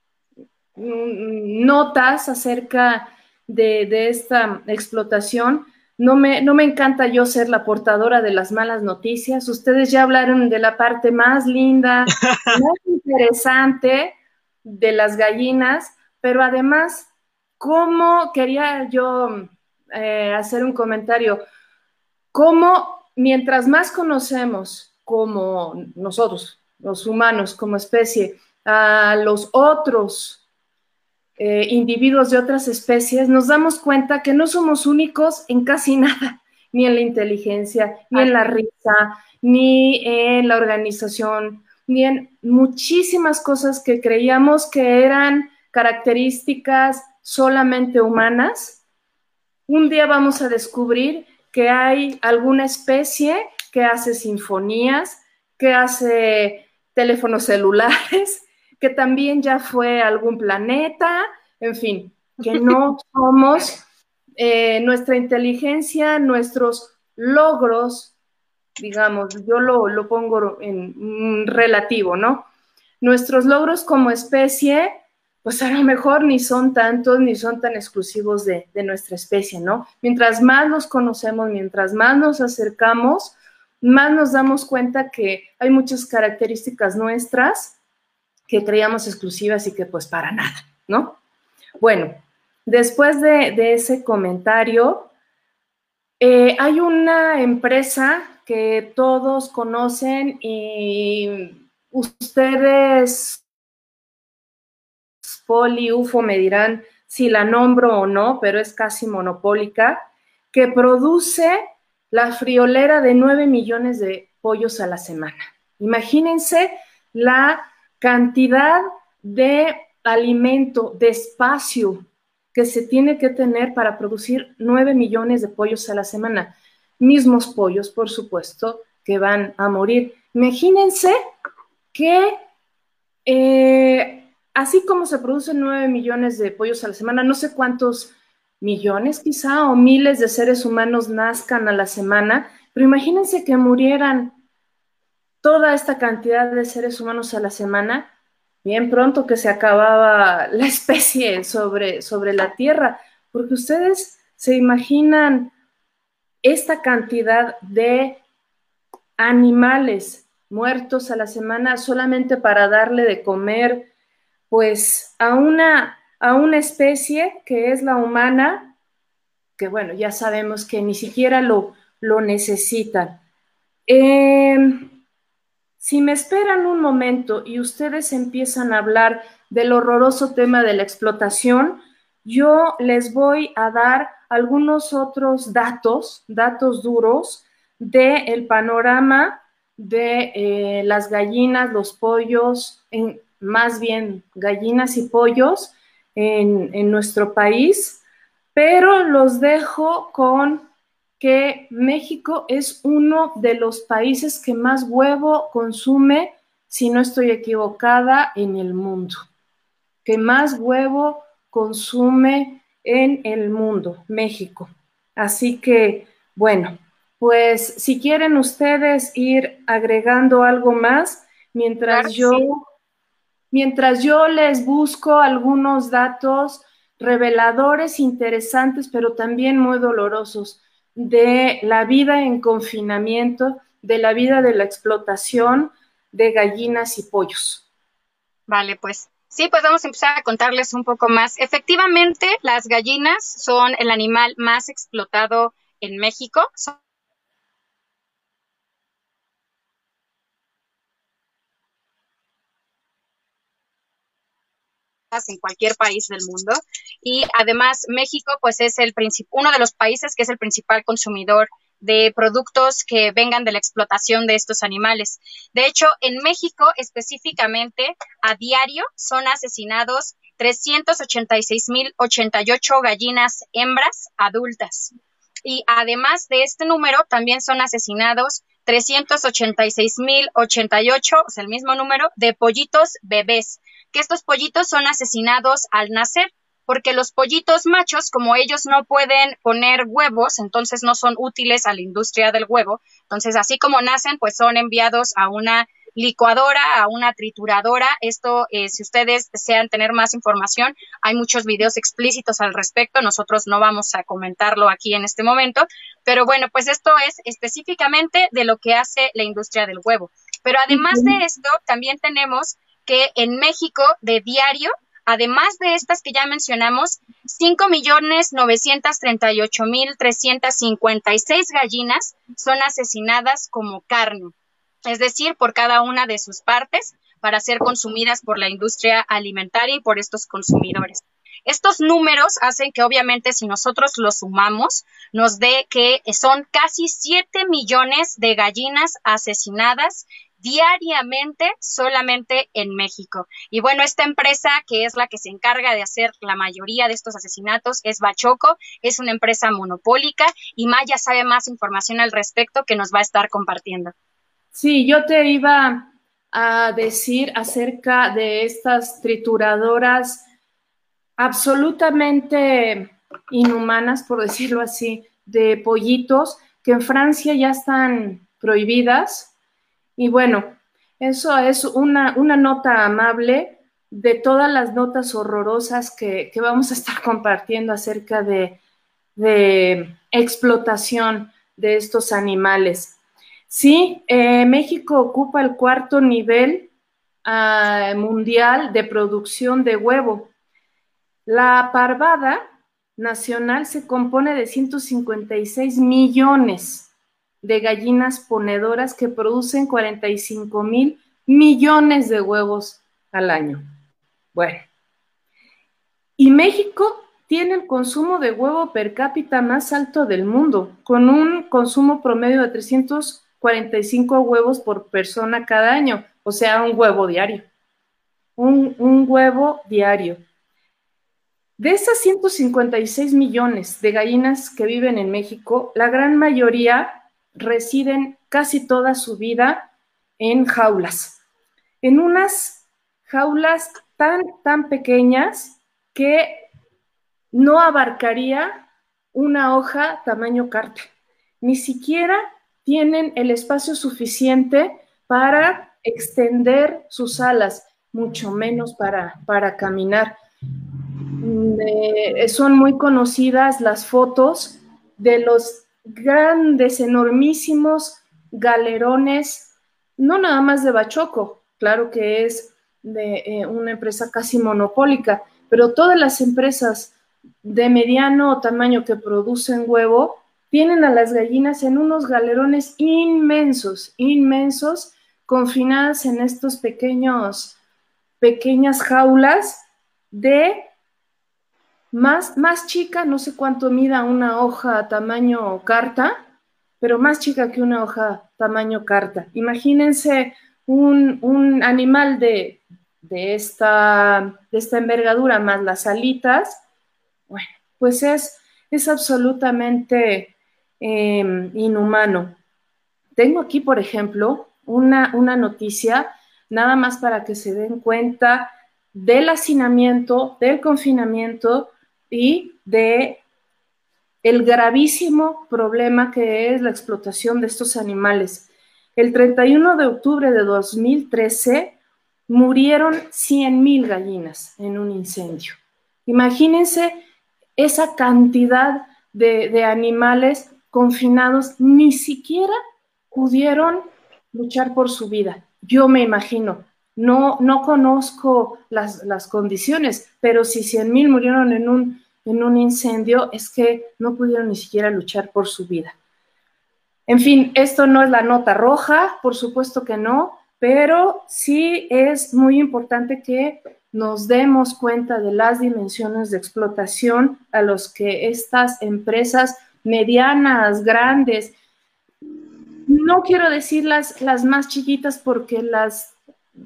notas acerca de esta explotación. No me encanta yo ser la portadora de las malas noticias. Ustedes ya hablaron de la parte más linda, más interesante de las gallinas, pero además, ¿cómo quería yo hacer un comentario? ¿Cómo mientras más conocemos como nosotros, los humanos, como especie, a los otros individuos de otras especies, nos damos cuenta que no somos únicos en casi nada, ni en la inteligencia, ni en la risa, ni en la organización, ni en muchísimas cosas que creíamos que eran características solamente humanas. Un día vamos a descubrir que hay alguna especie que hace sinfonías, que hace teléfonos celulares, que también ya fue a algún planeta, en fin, que no somos nuestra inteligencia, nuestros logros, digamos, yo lo pongo en relativo, ¿no? Nuestros logros como especie pues a lo mejor ni son tantos, ni son tan exclusivos de nuestra especie, ¿no? Mientras más los conocemos, mientras más nos acercamos, más nos damos cuenta que hay muchas características nuestras que creíamos exclusivas y que pues para nada, ¿no? Bueno, después de ese comentario, hay una empresa que todos conocen y ustedes, Poli, UFO, me dirán si la nombro o no, pero es casi monopólica, que produce la friolera de 9 millones de pollos a la semana. Imagínense la cantidad de alimento, de espacio que se tiene que tener para producir 9 millones de pollos a la semana. Mismos pollos, por supuesto, que van a morir. Imagínense que así como se producen 9 millones de pollos a la semana, no sé cuántos millones quizá o miles de seres humanos nazcan a la semana, pero imagínense que murieran toda esta cantidad de seres humanos a la semana, bien pronto que se acababa la especie sobre la Tierra, porque ustedes se imaginan esta cantidad de animales muertos a la semana solamente para darle de comer pues a una especie que es la humana, que bueno, ya sabemos que ni siquiera lo necesitan. Si me esperan un momento y ustedes empiezan a hablar del horroroso tema de la explotación, yo les voy a dar algunos otros datos duros del panorama de las gallinas, los pollos, más bien gallinas y pollos en nuestro país, pero los dejo con que México es uno de los países que más huevo consume, si no estoy equivocada, en el mundo. Que más huevo consume en el mundo, México. Así que, bueno, pues si quieren ustedes ir agregando algo más, mientras yo les busco algunos datos reveladores, interesantes, pero también muy dolorosos de la vida en confinamiento, de la vida de la explotación de gallinas y pollos. Vale, pues sí, pues vamos a empezar a contarles un poco más. Efectivamente, las gallinas son el animal más explotado en México. En cualquier país del mundo, y además México pues es uno de los países que es el principal consumidor de productos que vengan de la explotación de estos animales. De hecho, en México específicamente a diario son asesinados 386,088 gallinas hembras adultas, y además de este número también son asesinados 386,088, o sea, el mismo número de pollitos bebés, que estos pollitos son asesinados al nacer, porque los pollitos machos, como ellos no pueden poner huevos, entonces no son útiles a la industria del huevo, entonces así como nacen, pues son enviados a una licuadora, a una trituradora. Esto, si ustedes desean tener más información, hay muchos videos explícitos al respecto, nosotros no vamos a comentarlo aquí en este momento, pero bueno, pues esto es específicamente de lo que hace la industria del huevo. Pero además de esto, también tenemos que en México de diario, además de estas que ya mencionamos, 5,938,356 gallinas son asesinadas como carne, es decir, por cada una de sus partes para ser consumidas por la industria alimentaria y por estos consumidores. Estos números hacen que obviamente si nosotros los sumamos, nos dé que son casi 7 millones de gallinas asesinadas diariamente solamente en México. Y bueno, esta empresa que es la que se encarga de hacer la mayoría de estos asesinatos es Bachoco, es una empresa monopólica, y Maya sabe más información al respecto que nos va a estar compartiendo. Sí, yo te iba a decir acerca de estas trituradoras absolutamente inhumanas, por decirlo así, de pollitos que en Francia ya están prohibidas. Y bueno, eso es una nota amable de todas las notas horrorosas que vamos a estar compartiendo acerca de explotación de estos animales. Sí, México ocupa el 4º nivel mundial de producción de huevo. La parvada nacional se compone de 156 millones de gallinas ponedoras que producen 45,000 millones de huevos al año. Bueno, y México tiene el consumo de huevo per cápita más alto del mundo, con un consumo promedio de 345 huevos por persona cada año, o sea, un huevo diario. Un huevo diario. De esas 156 millones de gallinas que viven en México, la gran mayoría residen casi toda su vida en jaulas, en unas jaulas tan pequeñas que no abarcaría una hoja tamaño carta. Ni siquiera tienen el espacio suficiente para extender sus alas, mucho menos para caminar. Son muy conocidas las fotos de los grandes, enormísimos galerones, no nada más de Bachoco, claro que es de una empresa casi monopólica, pero todas las empresas de mediano tamaño que producen huevo tienen a las gallinas en unos galerones inmensos, confinadas en estos pequeñas jaulas de más chica, no sé cuánto mida una hoja tamaño carta, pero más chica que una hoja tamaño carta. Imagínense un animal de esta envergadura más las alitas. Bueno, pues es absolutamente inhumano. Tengo aquí, por ejemplo, una noticia, nada más para que se den cuenta del hacinamiento, del confinamiento y de el gravísimo problema que es la explotación de estos animales. El 31 de octubre de 2013 murieron 100,000 gallinas en un incendio. Imagínense esa cantidad de animales confinados, ni siquiera pudieron luchar por su vida. Yo me imagino, no conozco las condiciones, pero si 100,000 murieron en un incendio, es que no pudieron ni siquiera luchar por su vida. En fin, esto no es la nota roja, por supuesto que no, pero sí es muy importante que nos demos cuenta de las dimensiones de explotación a los que estas empresas medianas, grandes, no quiero decir las más chiquitas porque las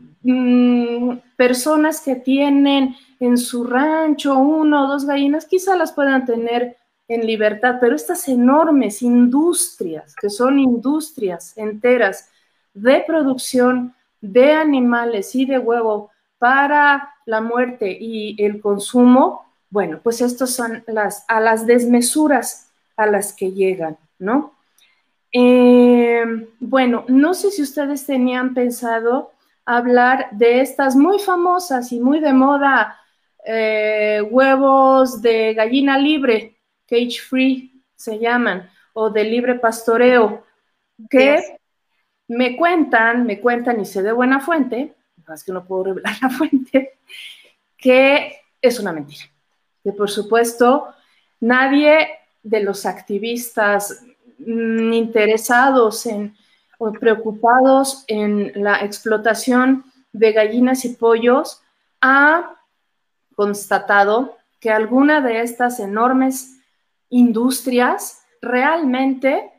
personas que tienen en su rancho 1 o 2 gallinas quizá las puedan tener en libertad, pero estas enormes industrias, que son industrias enteras de producción de animales y de huevo para la muerte y el consumo, bueno, pues estos son a las desmesuras a las que llegan, ¿no? Bueno, no sé si ustedes tenían pensado hablar de estas muy famosas y muy de moda huevos de gallina libre, cage free se llaman, o de libre pastoreo, que me cuentan y sé de buena fuente, es que no puedo revelar la fuente, que es una mentira, que por supuesto nadie de los activistas interesados o preocupados en la explotación de gallinas y pollos ha constatado que alguna de estas enormes industrias realmente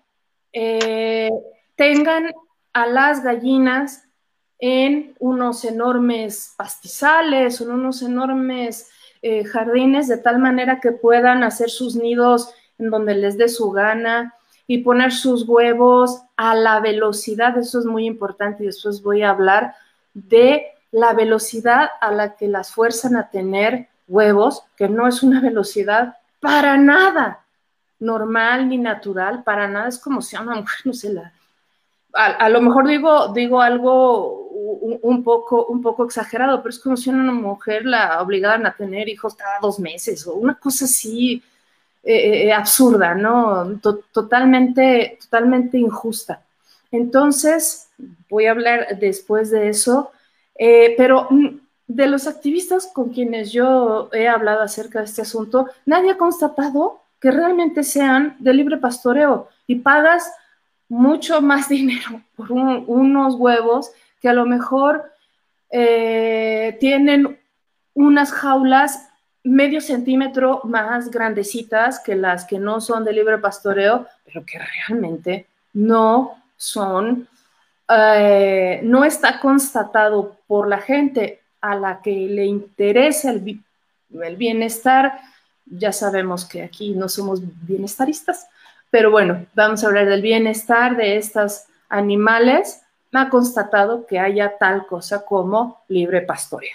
tengan a las gallinas en unos enormes pastizales, en unos enormes jardines, de tal manera que puedan hacer sus nidos en donde les dé su gana y poner sus huevos a la velocidad. Eso es muy importante y después voy a hablar de la velocidad a la que las fuerzan a tener huevos, que no es una velocidad para nada normal ni natural, para nada. Es como si a una mujer, no sé, a lo mejor digo algo un poco exagerado, pero es como si a una mujer la obligaran a tener hijos cada 2 meses o una cosa así absurda, ¿no? Totalmente injusta. Entonces, voy a hablar después de eso, pero de los activistas con quienes yo he hablado acerca de este asunto, nadie ha constatado que realmente sean de libre pastoreo y pagas mucho más dinero por unos huevos que a lo mejor tienen unas jaulas medio centímetro más grandecitas que las que no son de libre pastoreo, pero que realmente no son, no está constatado por la gente a la que le interesa el bienestar. Ya sabemos que aquí no somos bienestaristas, pero bueno, vamos a hablar del bienestar de estos animales. Ha constatado que haya tal cosa como libre pastoreo.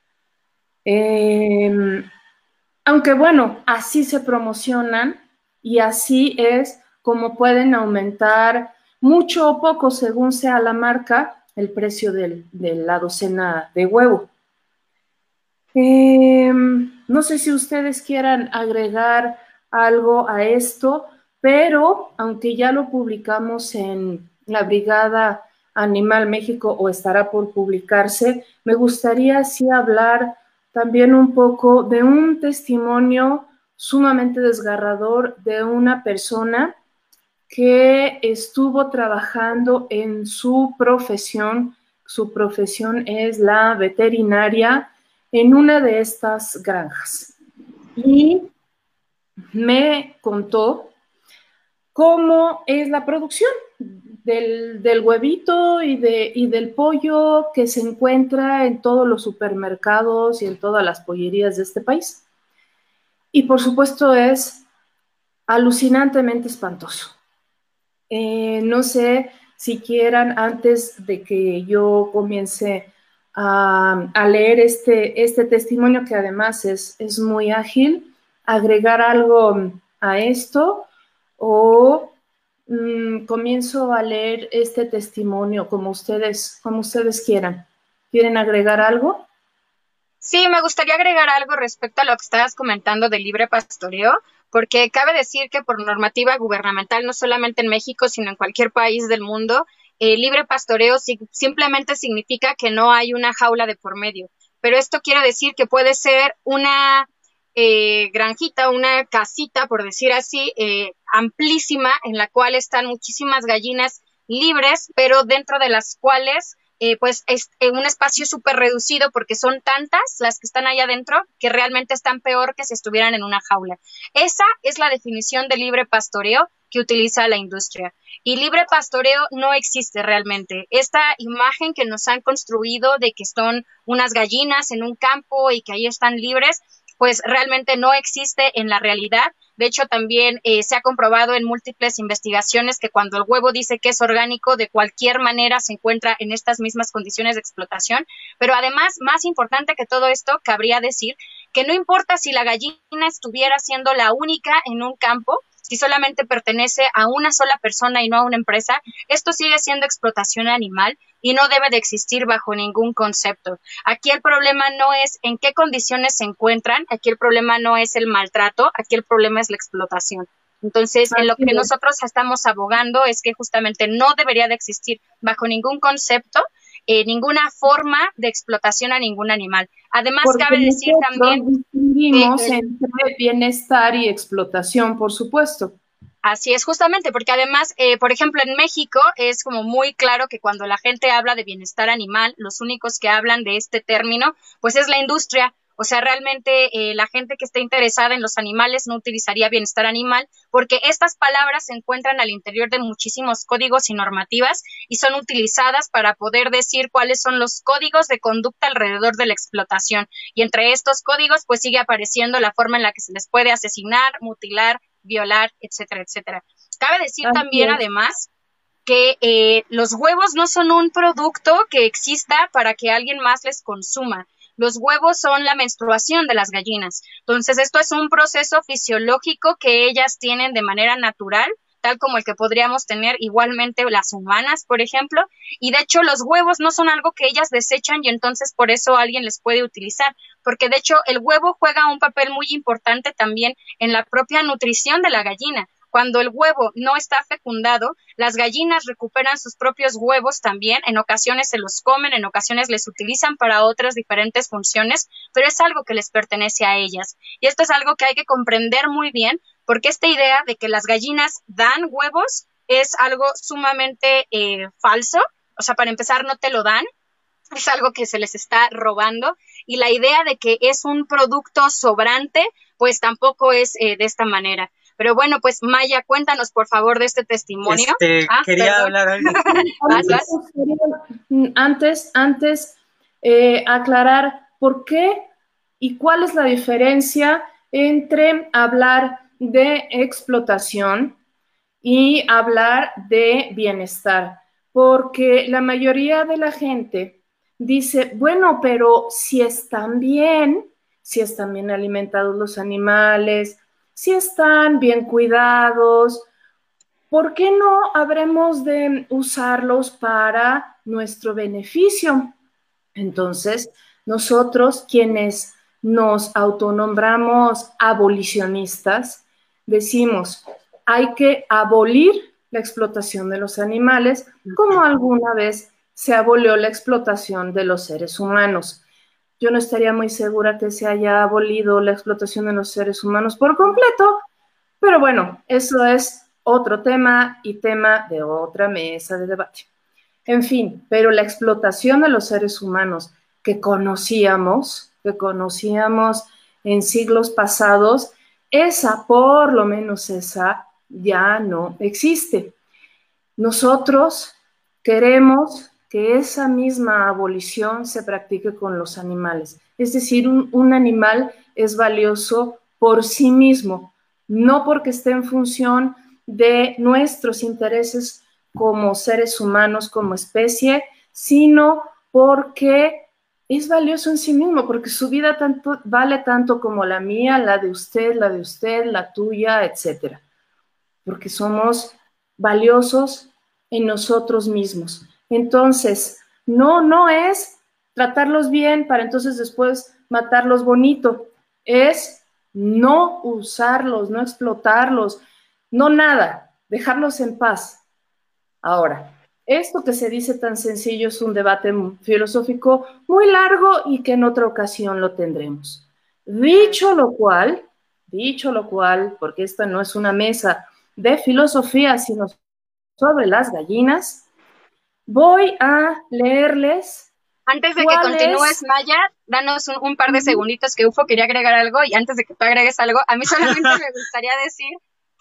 Aunque bueno, así se promocionan y así es como pueden aumentar mucho o poco, según sea la marca, el precio de la docena de huevo. No sé si ustedes quieran agregar algo a esto, pero aunque ya lo publicamos en la Brigada Animal México o estará por publicarse, me gustaría sí hablar también un poco de un testimonio sumamente desgarrador de una persona que estuvo trabajando en su profesión es la veterinaria en una de estas granjas. Y me contó cómo es la producción del huevito y del pollo que se encuentra en todos los supermercados y en todas las pollerías de este país. Y por supuesto es alucinantemente espantoso. No sé si quieran, antes de que yo comience a leer este testimonio, que además es muy ágil, agregar algo a esto o comienzo a leer este testimonio como ustedes quieran. ¿Quieren agregar algo? Sí, me gustaría agregar algo respecto a lo que estabas comentando del libre pastoreo, porque cabe decir que por normativa gubernamental, no solamente en México, sino en cualquier país del mundo, libre pastoreo simplemente significa que no hay una jaula de por medio. Pero esto quiere decir que puede ser una granjita, una casita, por decir así, amplísima, en la cual están muchísimas gallinas libres, pero dentro de las cuales pues es un espacio súper reducido porque son tantas las que están allá adentro que realmente están peor que si estuvieran en una jaula. Esa es la definición de libre pastoreo que utiliza la industria. Y libre pastoreo no existe realmente. Esta imagen que nos han construido de que son unas gallinas en un campo y que ahí están libres, pues realmente no existe en la realidad. De hecho, también se ha comprobado en múltiples investigaciones que cuando el huevo dice que es orgánico, de cualquier manera se encuentra en estas mismas condiciones de explotación. Pero además, más importante que todo esto, cabría decir que no importa si la gallina estuviera siendo la única en un campo, si solamente pertenece a una sola persona y no a una empresa, esto sigue siendo explotación animal y no debe de existir bajo ningún concepto. Aquí el problema no es en qué condiciones se encuentran, aquí el problema no es el maltrato, aquí el problema es la explotación. Entonces, en lo que nosotros estamos abogando es que justamente no debería de existir bajo ningún concepto ninguna forma de explotación a ningún animal. Además, porque cabe decir también distinguimos entre bienestar y explotación, por supuesto. Así es, justamente, porque además, por ejemplo, en México es como muy claro que cuando la gente habla de bienestar animal, los únicos que hablan de este término, pues es la industria. O sea, realmente la gente que esté interesada en los animales no utilizaría bienestar animal porque estas palabras se encuentran al interior de muchísimos códigos y normativas y son utilizadas para poder decir cuáles son los códigos de conducta alrededor de la explotación. Y entre estos códigos, pues sigue apareciendo la forma en la que se les puede asesinar, mutilar, violar, etcétera, etcétera. Cabe decir también, además, que los huevos no son un producto que exista para que alguien más les consuma. Los huevos son la menstruación de las gallinas. Entonces, esto es un proceso fisiológico que ellas tienen de manera natural tal como el que podríamos tener igualmente las humanas, por ejemplo, y de hecho los huevos no son algo que ellas desechan y entonces por eso alguien les puede utilizar, porque de hecho el huevo juega un papel muy importante también en la propia nutrición de la gallina. Cuando el huevo no está fecundado, las gallinas recuperan sus propios huevos también, en ocasiones se los comen, en ocasiones les utilizan para otras diferentes funciones, pero es algo que les pertenece a ellas. Y esto es algo que hay que comprender muy bien, porque esta idea de que las gallinas dan huevos es algo sumamente falso. O sea, para empezar, no te lo dan, es algo que se les está robando, y la idea de que es un producto sobrante, pues tampoco es de esta manera. Pero bueno, pues Maya, cuéntanos por favor de este testimonio. Quería hablar algo. Antes aclarar por qué y cuál es la diferencia entre hablar de explotación y hablar de bienestar, porque la mayoría de la gente dice, bueno, pero si están bien alimentados los animales, si están bien cuidados, ¿por qué no habremos de usarlos para nuestro beneficio? Entonces, nosotros quienes nos autonombramos abolicionistas, decimos, hay que abolir la explotación de los animales, como alguna vez se abolió la explotación de los seres humanos. Yo no estaría muy segura que se haya abolido la explotación de los seres humanos por completo, pero bueno, eso es otro tema y tema de otra mesa de debate. En fin, pero la explotación de los seres humanos que conocíamos en siglos pasados, esa, por lo menos esa, ya no existe. Nosotros queremos que esa misma abolición se practique con los animales. Es decir, un animal es valioso por sí mismo, no porque esté en función de nuestros intereses como seres humanos, como especie, sino porque es valioso en sí mismo, porque su vida vale tanto como la mía, la de usted, la tuya, etcétera. Porque somos valiosos en nosotros mismos. Entonces, no es tratarlos bien para entonces después matarlos bonito, es no usarlos, no explotarlos, no nada, dejarlos en paz. Ahora, esto que se dice tan sencillo es un debate filosófico muy largo y que en otra ocasión lo tendremos. Dicho lo cual, porque esta no es una mesa de filosofía, sino sobre las gallinas, voy a leerles. Antes de que continúes, Maya, danos un par de segunditos que Ufo quería agregar algo, y antes de que tú agregues algo, a mí solamente me gustaría decir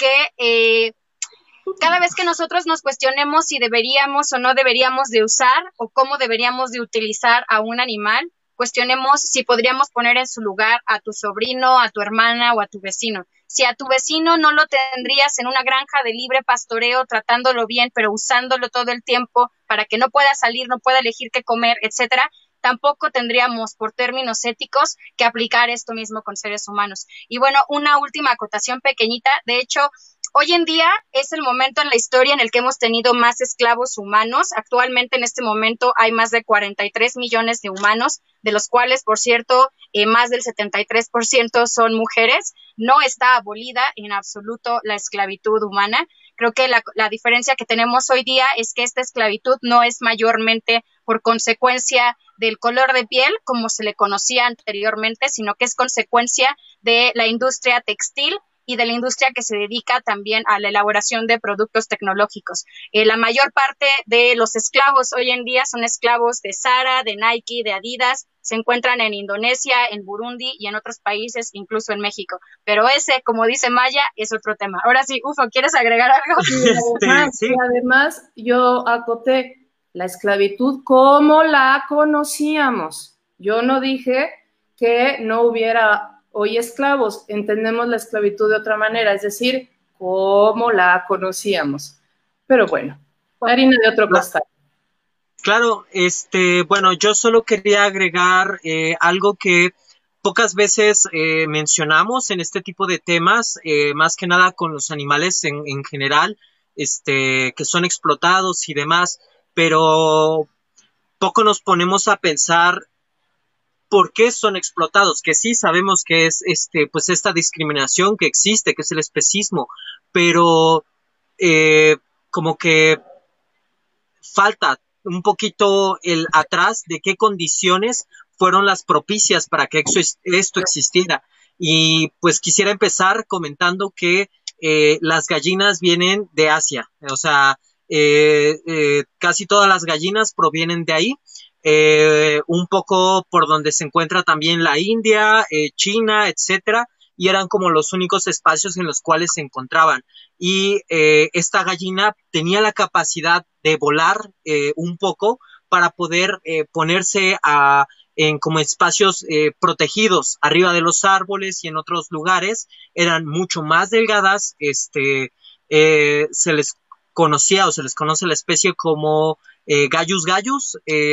que cada vez que nosotros nos cuestionemos si deberíamos o no deberíamos de usar o cómo deberíamos de utilizar a un animal, cuestionemos si podríamos poner en su lugar a tu sobrino, a tu hermana o a tu vecino. Si a tu vecino no lo tendrías en una granja de libre pastoreo, tratándolo bien, pero usándolo todo el tiempo para que no pueda salir, no pueda elegir qué comer, etcétera, tampoco tendríamos, por términos éticos, que aplicar esto mismo con seres humanos. Y bueno, una última acotación pequeñita. De hecho, hoy en día es el momento en la historia en el que hemos tenido más esclavos humanos. Actualmente, en este momento, hay más de 43 millones de humanos, de los cuales, por cierto, más del 73% son mujeres. No está abolida en absoluto la esclavitud humana. Creo que la diferencia que tenemos hoy día es que esta esclavitud no es mayormente por consecuencia del color de piel, como se le conocía anteriormente, sino que es consecuencia de la industria textil y de la industria que se dedica también a la elaboración de productos tecnológicos. La mayor parte de los esclavos hoy en día son esclavos de Zara, de Nike, de Adidas, se encuentran en Indonesia, en Burundi y en otros países, incluso en México. Pero ese, como dice Maya, es otro tema. Ahora sí, Ufo, ¿quieres agregar algo? Sí, además, yo acoté la esclavitud como la conocíamos. Yo no dije que no hubiera hoy esclavos, entendemos la esclavitud de otra manera, es decir, como la conocíamos. Pero bueno, harina de otro costal. Claro, bueno, yo solo quería agregar algo que pocas veces mencionamos en este tipo de temas, más que nada con los animales en general, que son explotados y demás, pero poco nos ponemos a pensar por qué son explotados, que sí sabemos que es pues esta discriminación que existe, que es el especismo, pero como que falta un poquito el atrás de qué condiciones fueron las propicias para que esto existiera. Y pues quisiera empezar comentando que las gallinas vienen de Asia, o sea, casi todas las gallinas provienen de ahí, un poco por donde se encuentra también la India, China, etcétera, y eran como los únicos espacios en los cuales se encontraban. Y esta gallina tenía la capacidad de volar un poco para poder ponerse en como espacios protegidos arriba de los árboles y en otros lugares. Eran mucho más delgadas, se les conocía o se les conoce la especie como gallus gallus.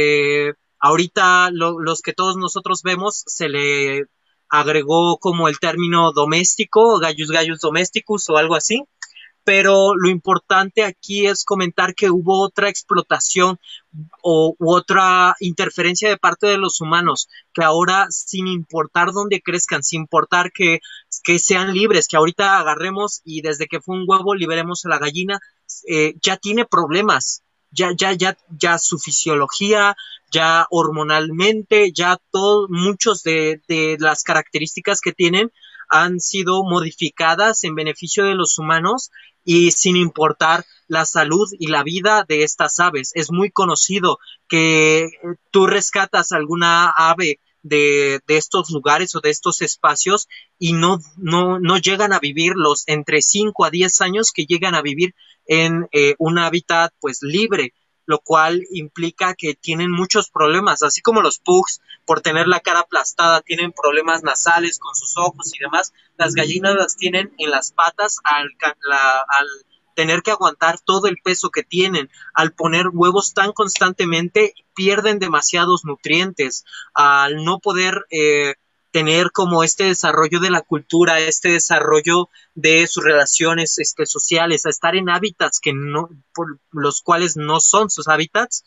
Ahorita los que todos nosotros vemos se le agregó como el término doméstico, Gallus gallus domesticus o algo así, pero lo importante aquí es comentar que hubo otra explotación u otra interferencia de parte de los humanos, que ahora sin importar dónde crezcan, sin importar que sean libres, que ahorita agarremos y desde que fue un huevo liberemos a la gallina, ya tiene problemas, ya su fisiología, ya hormonalmente, ya muchos de las características que tienen han sido modificadas en beneficio de los humanos y sin importar la salud y la vida de estas aves. Es muy conocido que tú rescatas alguna ave de estos lugares o de estos espacios y no llegan a vivir los entre 5 a 10 años que llegan a vivir en un hábitat pues libre, lo cual implica que tienen muchos problemas, así como los pugs por tener la cara aplastada tienen problemas nasales con sus ojos y demás. Las gallinas las tienen en las patas al tener que aguantar todo el peso que tienen, al poner huevos tan constantemente pierden demasiados nutrientes, al no poder tener como este desarrollo de la cultura, este desarrollo de sus relaciones sociales, a estar en hábitats que no, por los cuales no son sus hábitats,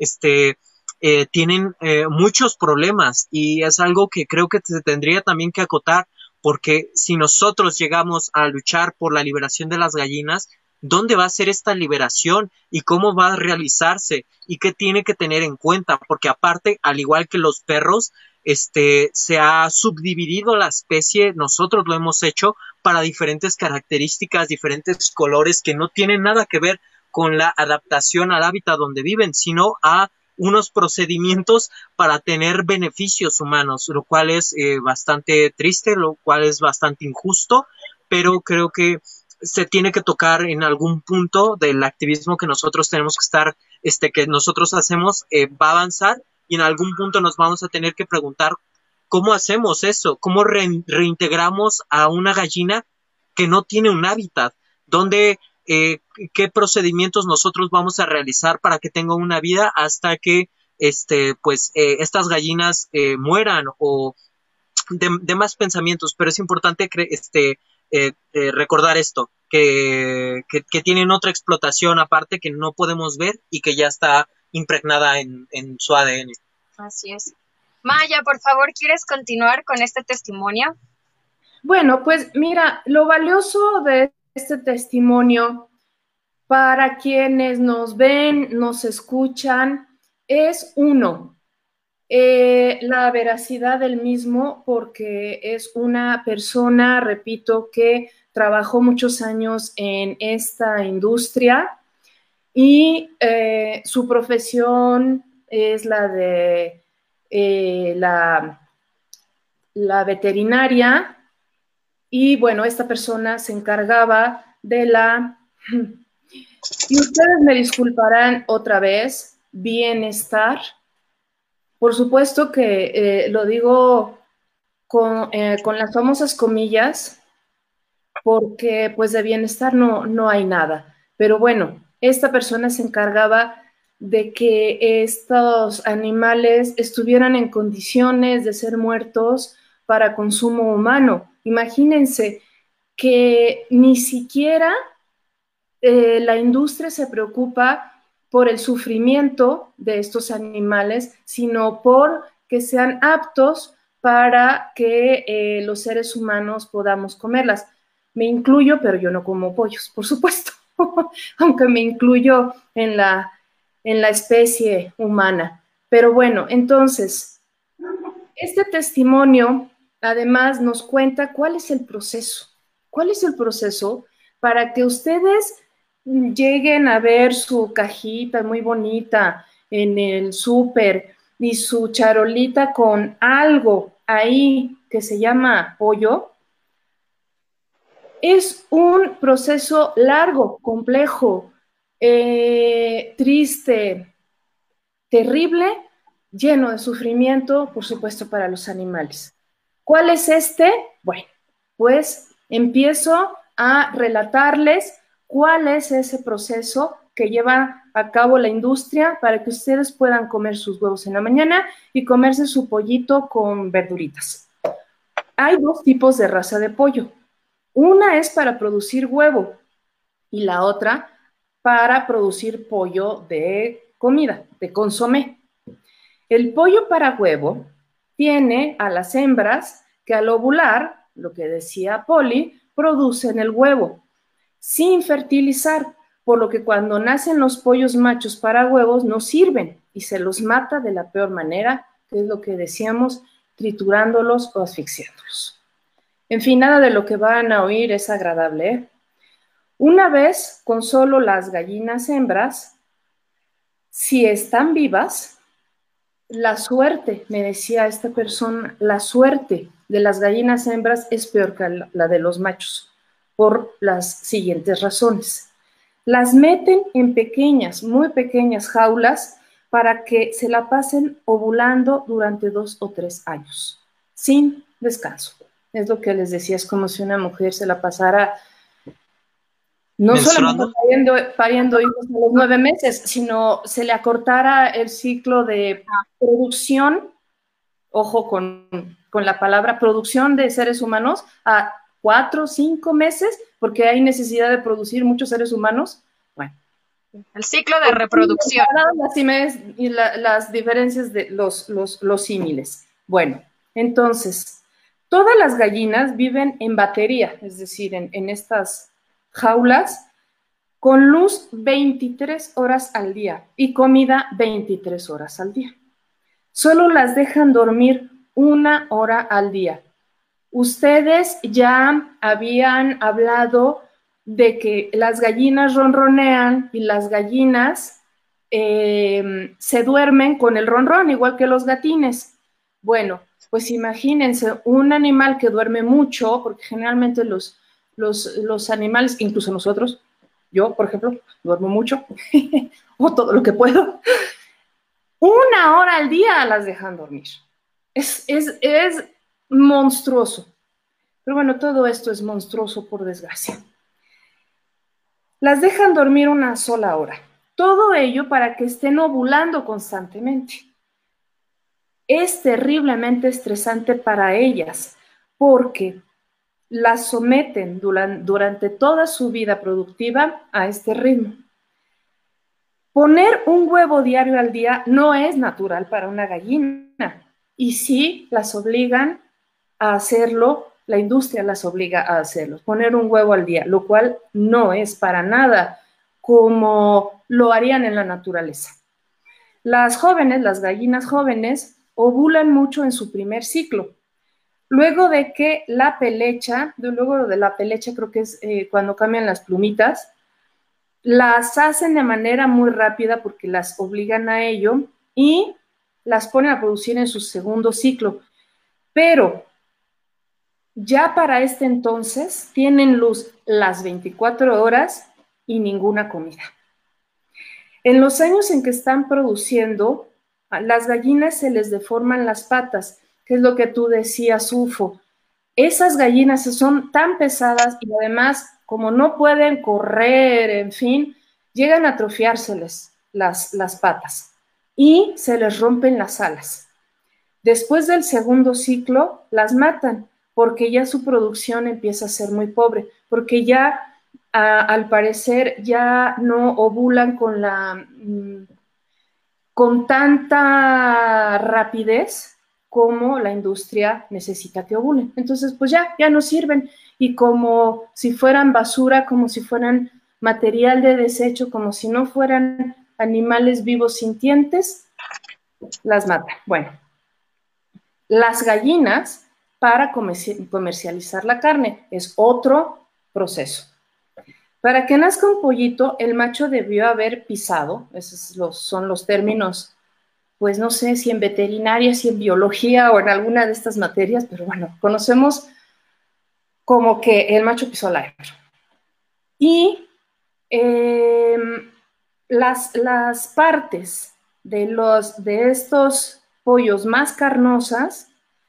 tienen muchos problemas y es algo que creo que se tendría también que acotar, porque si nosotros llegamos a luchar por la liberación de las gallinas, ¿dónde va a ser esta liberación y cómo va a realizarse y qué tiene que tener en cuenta? Porque aparte, al igual que los perros, se ha subdividido la especie, nosotros lo hemos hecho para diferentes características, diferentes colores que no tienen nada que ver con la adaptación al hábitat donde viven, sino a unos procedimientos para tener beneficios humanos, lo cual es bastante triste, lo cual es bastante injusto, pero creo que se tiene que tocar en algún punto del activismo que nosotros tenemos que estar, que nosotros hacemos, va a avanzar y en algún punto nos vamos a tener que preguntar cómo hacemos eso, cómo reintegramos a una gallina que no tiene un hábitat, dónde, qué procedimientos nosotros vamos a realizar para que tenga una vida hasta que estas gallinas mueran o de más pensamientos, pero es importante recordar esto, que tienen otra explotación aparte que no podemos ver y que ya está impregnada en su ADN. Así es. Maya, por favor, ¿quieres continuar con este testimonio? Bueno, pues mira, lo valioso de este testimonio para quienes nos ven, nos escuchan, es uno, la veracidad del mismo, porque es una persona, repito, que trabajó muchos años en esta industria y su profesión es la de la veterinaria y bueno, esta persona se encargaba de y ustedes me disculparán otra vez, bienestar. Por supuesto que lo digo con las famosas comillas, porque pues de bienestar no hay nada. Pero bueno, esta persona se encargaba de que estos animales estuvieran en condiciones de ser muertos para consumo humano. Imagínense que ni siquiera la industria se preocupa por el sufrimiento de estos animales, sino por que sean aptos para que los seres humanos podamos comerlas. Me incluyo, pero yo no como pollos, por supuesto, aunque me incluyo en la especie humana. Pero bueno, entonces, este testimonio además nos cuenta cuál es el proceso. ¿Cuál es el proceso para que ustedes lleguen a ver su cajita muy bonita en el súper y su charolita con algo ahí que se llama pollo? Es un proceso largo, complejo, triste, terrible, lleno de sufrimiento, por supuesto, para los animales. ¿Cuál es este? Bueno, pues empiezo a relatarles cuál es ese proceso que lleva a cabo la industria para que ustedes puedan comer sus huevos en la mañana y comerse su pollito con verduritas. Hay dos tipos de raza de pollo. Una es para producir huevo y la otra para producir pollo de comida, de consomé. El pollo para huevo tiene a las hembras que al ovular, lo que decía Poli, producen el huevo sin fertilizar, por lo que cuando nacen los pollos machos para huevos no sirven y se los mata de la peor manera, que es lo que decíamos, triturándolos o asfixiándolos. En fin, nada de lo que van a oír es agradable, ¿eh? Una vez con solo las gallinas hembras, si están vivas, la suerte, me decía esta persona, la suerte de las gallinas hembras es peor que la de los machos, por las siguientes razones. Las meten en pequeñas, muy pequeñas jaulas para que se la pasen ovulando durante 2 o 3 años, sin descanso. Es lo que les decía, es como si una mujer se la pasara no solamente pariendo hijos a los 9 meses, sino se le acortara el ciclo de producción, ojo con la palabra producción de seres humanos, a 4 o 5 meses, porque hay necesidad de producir muchos seres humanos. Bueno, el ciclo de reproducción. Y las diferencias de los símiles. Bueno, entonces, todas las gallinas viven en batería, es decir, en estas jaulas, con luz 23 horas al día y comida 23 horas al día. Solo las dejan dormir 1 hora al día. Ustedes ya habían hablado de que las gallinas ronronean y las gallinas se duermen con el ronrón, igual que los gatines. Bueno, pues imagínense un animal que duerme mucho, porque generalmente los animales, incluso nosotros, yo, por ejemplo, duermo mucho, o todo lo que puedo, 1 hora al día las dejan dormir. Es monstruoso. Pero bueno, todo esto es monstruoso por desgracia. Las dejan dormir 1 sola hora. Todo ello para que estén ovulando constantemente. Es terriblemente estresante para ellas porque las someten durante toda su vida productiva a este ritmo. Poner un huevo diario al día no es natural para una gallina y sí las obligan a hacerlo, la industria las obliga a hacerlo, poner un huevo al día, lo cual no es para nada como lo harían en la naturaleza. Las jóvenes, las gallinas jóvenes, ovulan mucho en su primer ciclo. Luego de que la pelecha, luego de la pelecha creo que es cuando cambian las plumitas, las hacen de manera muy rápida porque las obligan a ello y las ponen a producir en su segundo ciclo. Pero ya para este entonces tienen luz las 24 horas y ninguna comida. En los años en que están produciendo, a las gallinas se les deforman las patas, que es lo que tú decías, Ufo. Esas gallinas son tan pesadas y además, como no pueden correr, en fin, llegan a atrofiárseles las patas y se les rompen las alas. Después del segundo ciclo, las matan porque ya su producción empieza a ser muy pobre, porque ya al parecer ya no ovulan con tanta rapidez como la industria necesita que ovulen. Entonces, pues ya no sirven. Y como si fueran basura, como si fueran material de desecho, como si no fueran animales vivos sintientes, las matan. Bueno, las gallinas, para comercializar la carne, es otro proceso. Para que nazca un pollito, el macho debió haber pisado, esos son los términos, pues no sé si en veterinaria, si en biología o en alguna de estas materias, pero bueno, conocemos como que el macho pisó la hembra. Y las partes de estos pollos más carnosas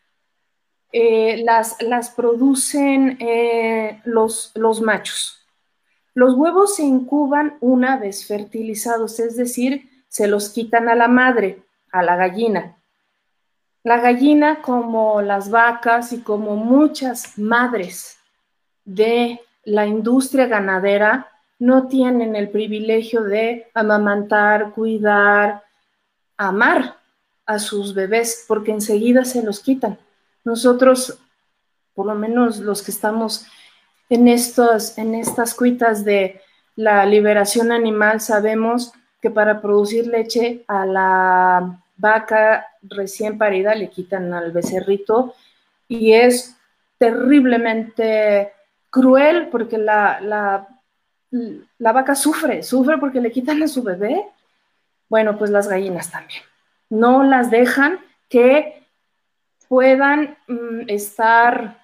las producen los machos. Los huevos se incuban una vez fertilizados, es decir, se los quitan a la madre, a la gallina. La gallina, como las vacas y como muchas madres de la industria ganadera, no tienen el privilegio de amamantar, cuidar, amar a sus bebés, porque enseguida se los quitan. Nosotros, por lo menos los que estamos en estas cuitas de la liberación animal, sabemos que para producir leche a la vaca recién parida le quitan al becerrito y es terriblemente cruel porque la vaca sufre porque le quitan a su bebé. Bueno, pues las gallinas también. No las dejan que puedan estar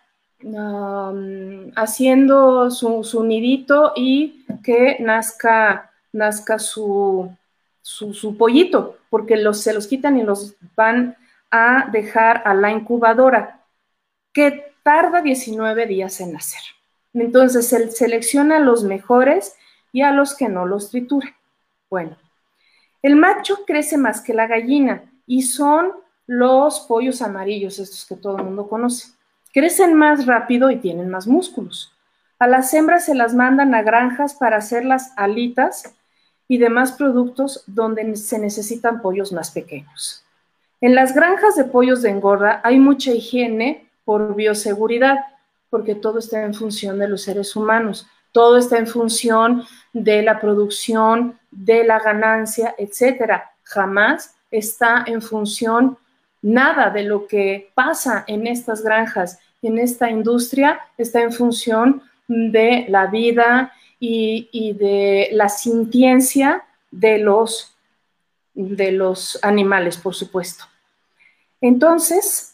haciendo su nidito y que nazca su pollito, porque se los quitan y los van a dejar a la incubadora, que tarda 19 días en nacer. Entonces, se selecciona a los mejores y a los que no los trituran. Bueno, el macho crece más que la gallina y son los pollos amarillos, estos que todo el mundo conoce. Crecen más rápido y tienen más músculos. A las hembras se las mandan a granjas para hacer las alitas y demás productos donde se necesitan pollos más pequeños. En las granjas de pollos de engorda hay mucha higiene por bioseguridad, porque todo está en función de los seres humanos, todo está en función de la producción, de la ganancia, etcétera. Jamás está en función nada de lo que pasa en estas granjas, en esta industria, está en función de la vida y de la sintiencia de los animales, por supuesto. Entonces,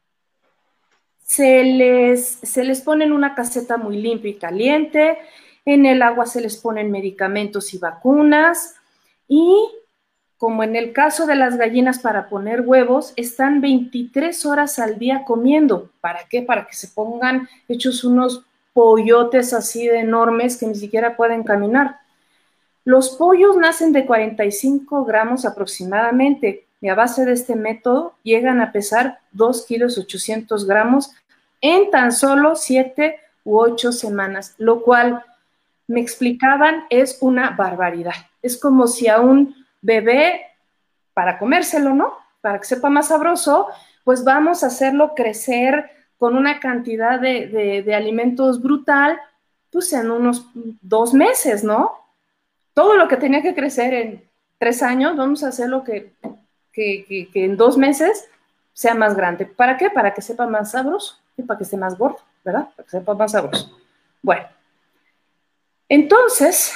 se les pone en una caseta muy limpia y caliente, en el agua se les ponen medicamentos y vacunas, y como en el caso de las gallinas para poner huevos, están 23 horas al día comiendo. ¿Para qué? Para que se pongan hechos unos pollotes así de enormes que ni siquiera pueden caminar. Los pollos nacen de 45 gramos aproximadamente y a base de este método llegan a pesar 2 kilos 800 gramos en tan solo 7 u 8 semanas, lo cual me explicaban es una barbaridad. Es como si a un bebé, para comérselo, ¿no? Para que sepa más sabroso, pues vamos a hacerlo crecer con una cantidad de alimentos brutal, pues en unos 2 meses, ¿no? Todo lo que tenía que crecer en 3 años, vamos a hacerlo que en 2 meses sea más grande. ¿Para qué? Para que sepa más sabroso y para que esté más gordo, ¿verdad? Para que sepa más sabroso. Bueno, entonces,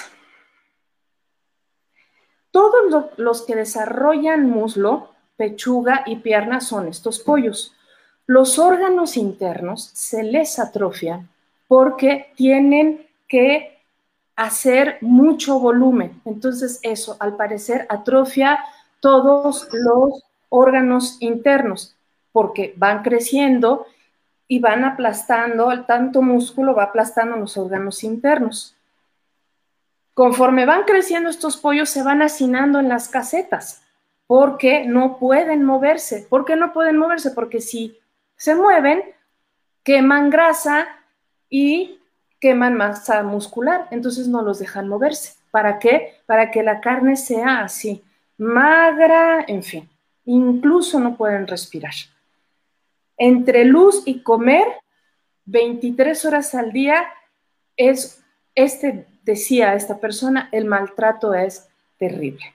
todos los que desarrollan muslo, pechuga y pierna son estos pollos. Los órganos internos se les atrofian porque tienen que hacer mucho volumen. Entonces, eso, al parecer, atrofia todos los órganos internos porque van creciendo y van aplastando, el tanto músculo va aplastando los órganos internos. Conforme van creciendo estos pollos, se van hacinando en las casetas porque no pueden moverse. ¿Por qué no pueden moverse? Porque si se mueven, queman grasa y queman masa muscular, entonces no los dejan moverse. ¿Para qué? Para que la carne sea así, magra, en fin, incluso no pueden respirar. Entre luz y comer, 23 horas al día es, decía esta persona, el maltrato es terrible.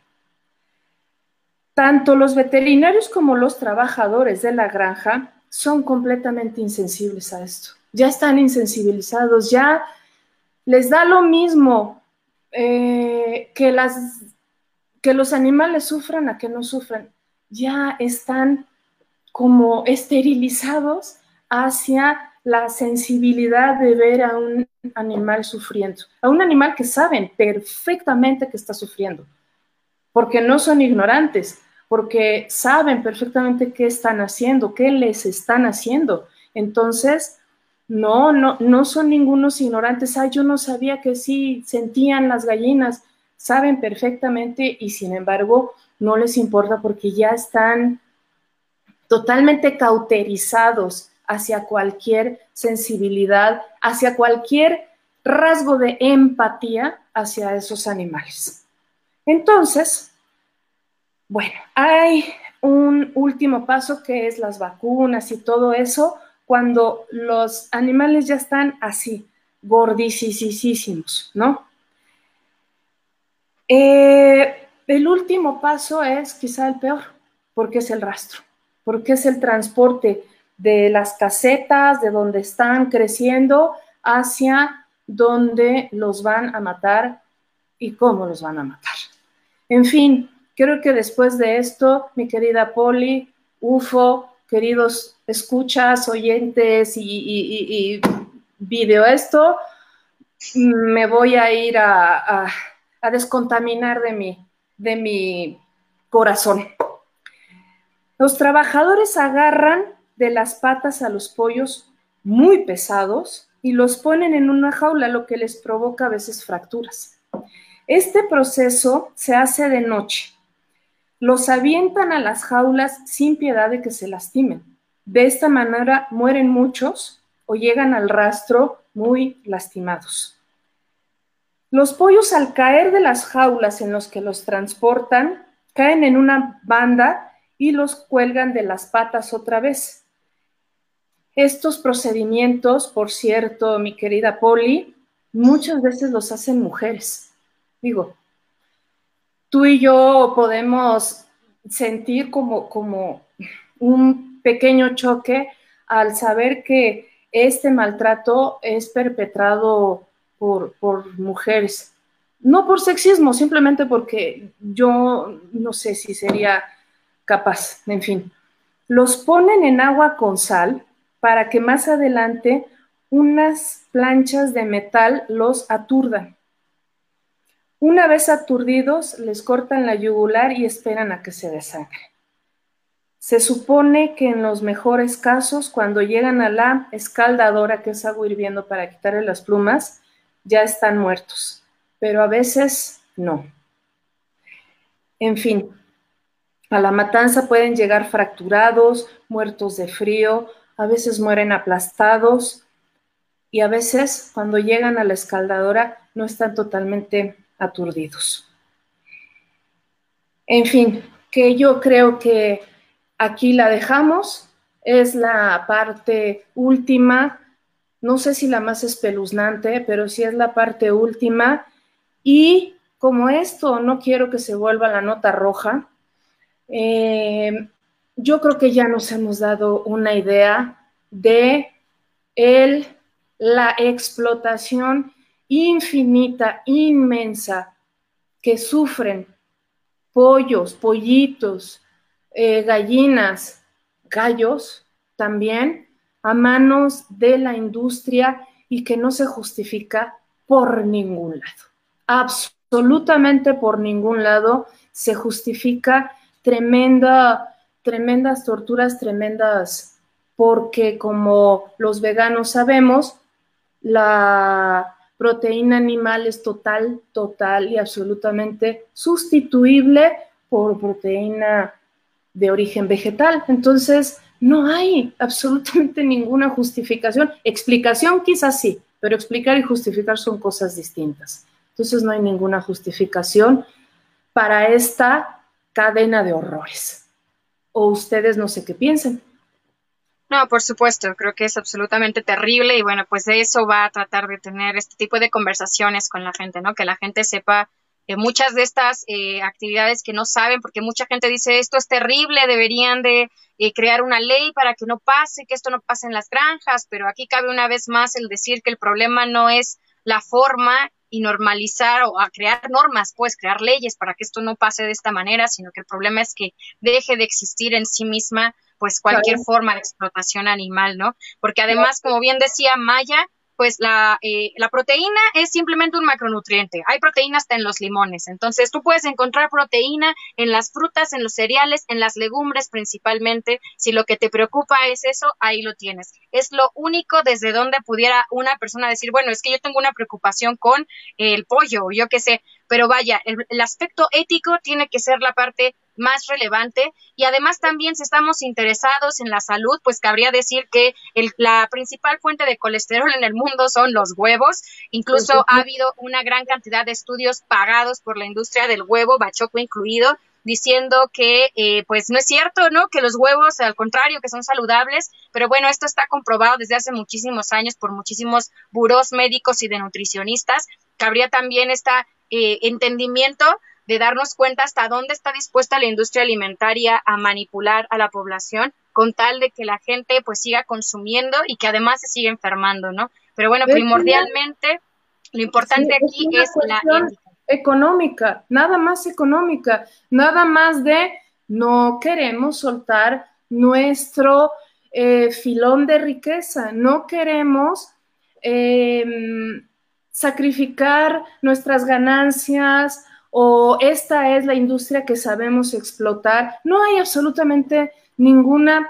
Tanto los veterinarios como los trabajadores de la granja son completamente insensibles a esto. Ya están insensibilizados, ya les da lo mismo que los animales sufran a que no sufran. Ya están como esterilizados hacia la sensibilidad de ver a un animal sufriendo, a un animal que saben perfectamente que está sufriendo, porque no son ignorantes, porque saben perfectamente qué están haciendo, qué les están haciendo. Entonces, no son ningunos ignorantes. Ay, yo no sabía que sí sentían las gallinas. Saben perfectamente y sin embargo no les importa porque ya están totalmente cauterizados hacia cualquier sensibilidad, hacia cualquier rasgo de empatía hacia esos animales. Entonces, bueno, hay un último paso que es las vacunas y todo eso, cuando los animales ya están así, gordisísimos, ¿no? El último paso es quizá el peor, porque es el rastro, porque es el transporte de las casetas, de donde están creciendo, hacia donde los van a matar y cómo los van a matar. En fin, creo que después de esto, mi querida Poli, UFO, queridos escuchas, oyentes y video esto, me voy a ir a descontaminar de mi corazón. Los trabajadores agarran de las patas a los pollos muy pesados y los ponen en una jaula, lo que les provoca a veces fracturas. Este proceso se hace de noche. Los avientan a las jaulas sin piedad de que se lastimen. De esta manera mueren muchos o llegan al rastro muy lastimados. Los pollos, al caer de las jaulas en los que los transportan, caen en una banda y los cuelgan de las patas otra vez. Estos procedimientos, por cierto, mi querida Poli, muchas veces los hacen mujeres. Digo, tú y yo podemos sentir como un pequeño choque al saber que este maltrato es perpetrado por mujeres. No por sexismo, simplemente porque yo no sé si sería capaz, en fin. Los ponen en agua con sal para que más adelante unas planchas de metal los aturdan. Una vez aturdidos, les cortan la yugular y esperan a que se desangre. Se supone que en los mejores casos, cuando llegan a la escaldadora, que es agua hirviendo para quitarle las plumas, ya están muertos, pero a veces no. En fin, a la matanza pueden llegar fracturados, muertos de frío, a veces mueren aplastados y a veces cuando llegan a la escaldadora no están totalmente aturdidos. En fin, que yo creo que aquí la dejamos, es la parte última, no sé si la más espeluznante, pero sí es la parte última. Y como esto no quiero que se vuelva la nota roja, yo creo que ya nos hemos dado una idea de la explotación infinita, inmensa que sufren pollos, pollitos, gallinas, gallos también a manos de la industria y que no se justifica por ningún lado. Absolutamente por ningún lado se justifica tremendas torturas, tremendas, porque como los veganos sabemos, la proteína animal es total y absolutamente sustituible por proteína de origen vegetal. Entonces, no hay absolutamente ninguna justificación. Explicación quizás sí, pero explicar y justificar son cosas distintas. Entonces no hay ninguna justificación para esta cadena de horrores. O ustedes no sé qué piensan. No, por supuesto, creo que es absolutamente terrible y bueno, pues de eso va a tratar de tener este tipo de conversaciones con la gente, ¿no? Que la gente sepa muchas de estas actividades que no saben, porque mucha gente dice esto es terrible, deberían de crear una ley para que no pase, que esto no pase en las granjas, pero aquí cabe una vez más el decir que el problema no es la forma y normalizar o a crear normas, pues crear leyes para que esto no pase de esta manera, sino que el problema es que deje de existir en sí misma pues cualquier forma de explotación animal, ¿no? Porque además, como bien decía Maya, pues la proteína es simplemente un macronutriente. Hay proteína hasta en los limones. Entonces, tú puedes encontrar proteína en las frutas, en los cereales, en las legumbres principalmente. Si lo que te preocupa es eso, ahí lo tienes. Es lo único desde donde pudiera una persona decir, bueno, es que yo tengo una preocupación con el pollo, o yo qué sé. Pero vaya, el aspecto ético tiene que ser la parte más relevante y además también si estamos interesados en la salud, pues cabría decir que la principal fuente de colesterol en el mundo son los huevos. Incluso ha habido una gran cantidad de estudios pagados por la industria del huevo, Bachoco incluido, diciendo que pues no es cierto, ¿no? Que los huevos, al contrario, que son saludables, pero bueno, esto está comprobado desde hace muchísimos años por muchísimos burós médicos y de nutricionistas. Cabría también entendimiento de darnos cuenta hasta dónde está dispuesta la industria alimentaria a manipular a la población con tal de que la gente pues siga consumiendo y que además se siga enfermando, ¿no? Pero bueno, primordialmente lo importante aquí es la ética. Económica, nada más económica, nada más de no queremos soltar nuestro filón de riqueza, no queremos sacrificar nuestras ganancias o esta es la industria que sabemos explotar. No hay absolutamente ninguna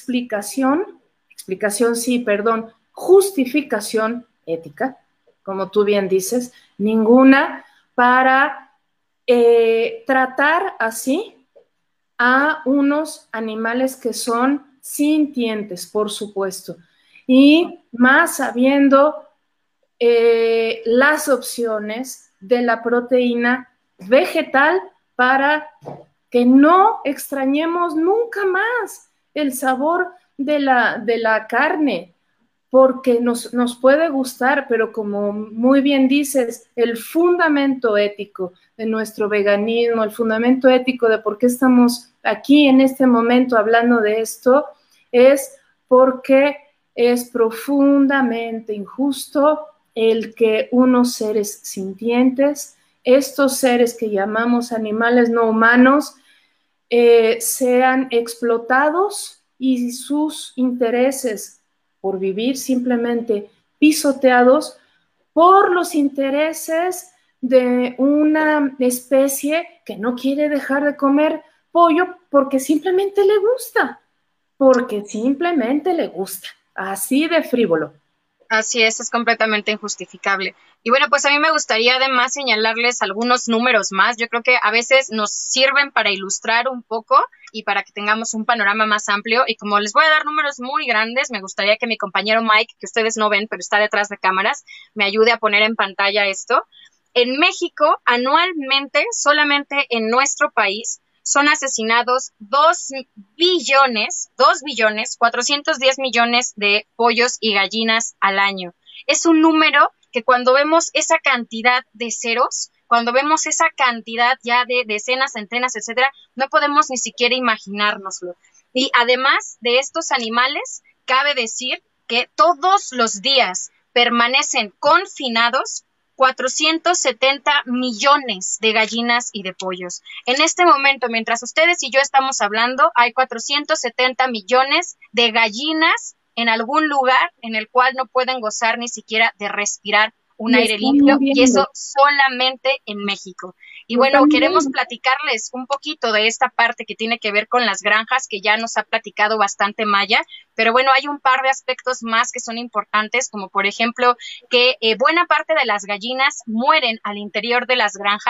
justificación ética, como tú bien dices, ninguna para tratar así a unos animales que son sintientes, por supuesto, y más sabiendo las opciones de la proteína vegetal para que no extrañemos nunca más el sabor de la carne, porque nos puede gustar, pero como muy bien dices, el fundamento ético de nuestro veganismo, el fundamento ético de por qué estamos aquí en este momento hablando de esto, es porque es profundamente injusto el que unos seres sintientes, estos seres que llamamos animales no humanos, sean explotados y sus intereses por vivir simplemente pisoteados por los intereses de una especie que no quiere dejar de comer pollo porque simplemente le gusta, así de frívolo. Así es completamente injustificable. Y bueno, pues a mí me gustaría además señalarles algunos números más. Yo creo que a veces nos sirven para ilustrar un poco y para que tengamos un panorama más amplio. Y como les voy a dar números muy grandes, me gustaría que mi compañero Mike, que ustedes no ven, pero está detrás de cámaras, me ayude a poner en pantalla esto. En México, anualmente, solamente en nuestro país, son asesinados 2.410 millones de pollos y gallinas al año. Es un número que cuando vemos esa cantidad de ceros, cuando vemos esa cantidad ya de decenas, centenas, etcétera, no podemos ni siquiera imaginárnoslo. Y además de estos animales, cabe decir que todos los días permanecen confinados 470 millones de gallinas y de pollos. En este momento, mientras ustedes y yo estamos hablando, hay 470 millones de gallinas en algún lugar en el cual no pueden gozar ni siquiera de respirar un aire limpio, y eso solamente en México. Y bueno, queremos platicarles un poquito de esta parte que tiene que ver con las granjas, que ya nos ha platicado bastante Maya, pero bueno, hay un par de aspectos más que son importantes, como por ejemplo que buena parte de las gallinas mueren al interior de las granjas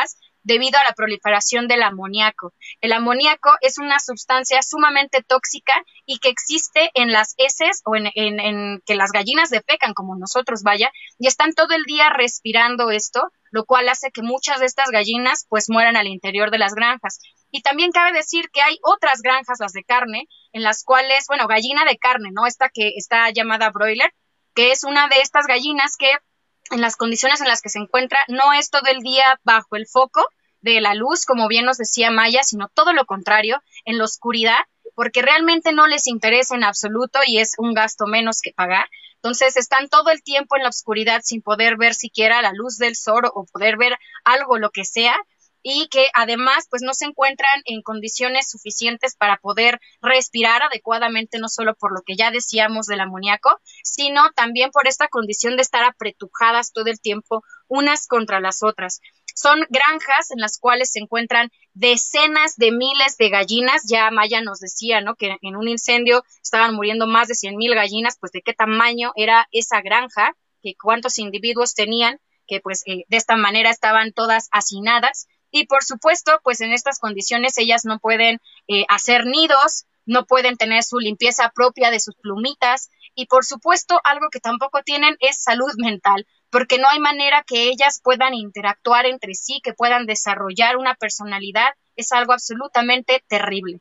debido a la proliferación del amoníaco. El amoníaco es una sustancia sumamente tóxica y que existe en las heces o en que las gallinas defecan, como nosotros, vaya, y están todo el día respirando esto, lo cual hace que muchas de estas gallinas pues mueran al interior de las granjas. Y también cabe decir que hay otras granjas, las de carne, en las cuales, bueno, gallina de carne, ¿no? Esta que está llamada broiler, que es una de estas gallinas que en las condiciones en las que se encuentra no es todo el día bajo el foco de la luz, como bien nos decía Maya, sino todo lo contrario, en la oscuridad, porque realmente no les interesa en absoluto y es un gasto menos que pagar. Entonces están todo el tiempo en la oscuridad sin poder ver siquiera la luz del sol o poder ver algo, lo que sea, y que además pues no se encuentran en condiciones suficientes para poder respirar adecuadamente, no solo por lo que ya decíamos del amoníaco, sino también por esta condición de estar apretujadas todo el tiempo unas contra las otras. Son granjas en las cuales se encuentran decenas de miles de gallinas. Ya Maya nos decía, ¿no?, que en un incendio estaban muriendo más de 100,000 gallinas. Pues de qué tamaño era esa granja, que cuántos individuos tenían, que pues de esta manera estaban todas hacinadas. Y por supuesto, pues en estas condiciones ellas no pueden hacer nidos, no pueden tener su limpieza propia de sus plumitas, y por supuesto algo que tampoco tienen es salud mental, porque no hay manera que ellas puedan interactuar entre sí, que puedan desarrollar una personalidad. Es algo absolutamente terrible.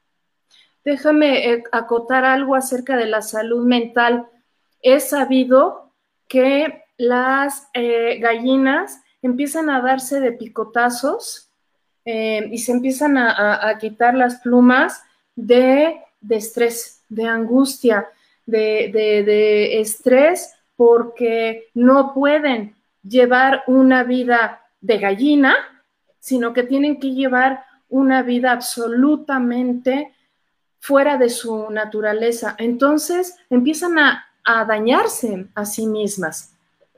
Déjame acotar algo acerca de la salud mental. Es sabido que las gallinas empiezan a darse de picotazos y se empiezan a quitar las plumas de estrés, de angustia, de estrés, porque no pueden llevar una vida de gallina, sino que tienen que llevar una vida absolutamente fuera de su naturaleza. Entonces empiezan a dañarse a sí mismas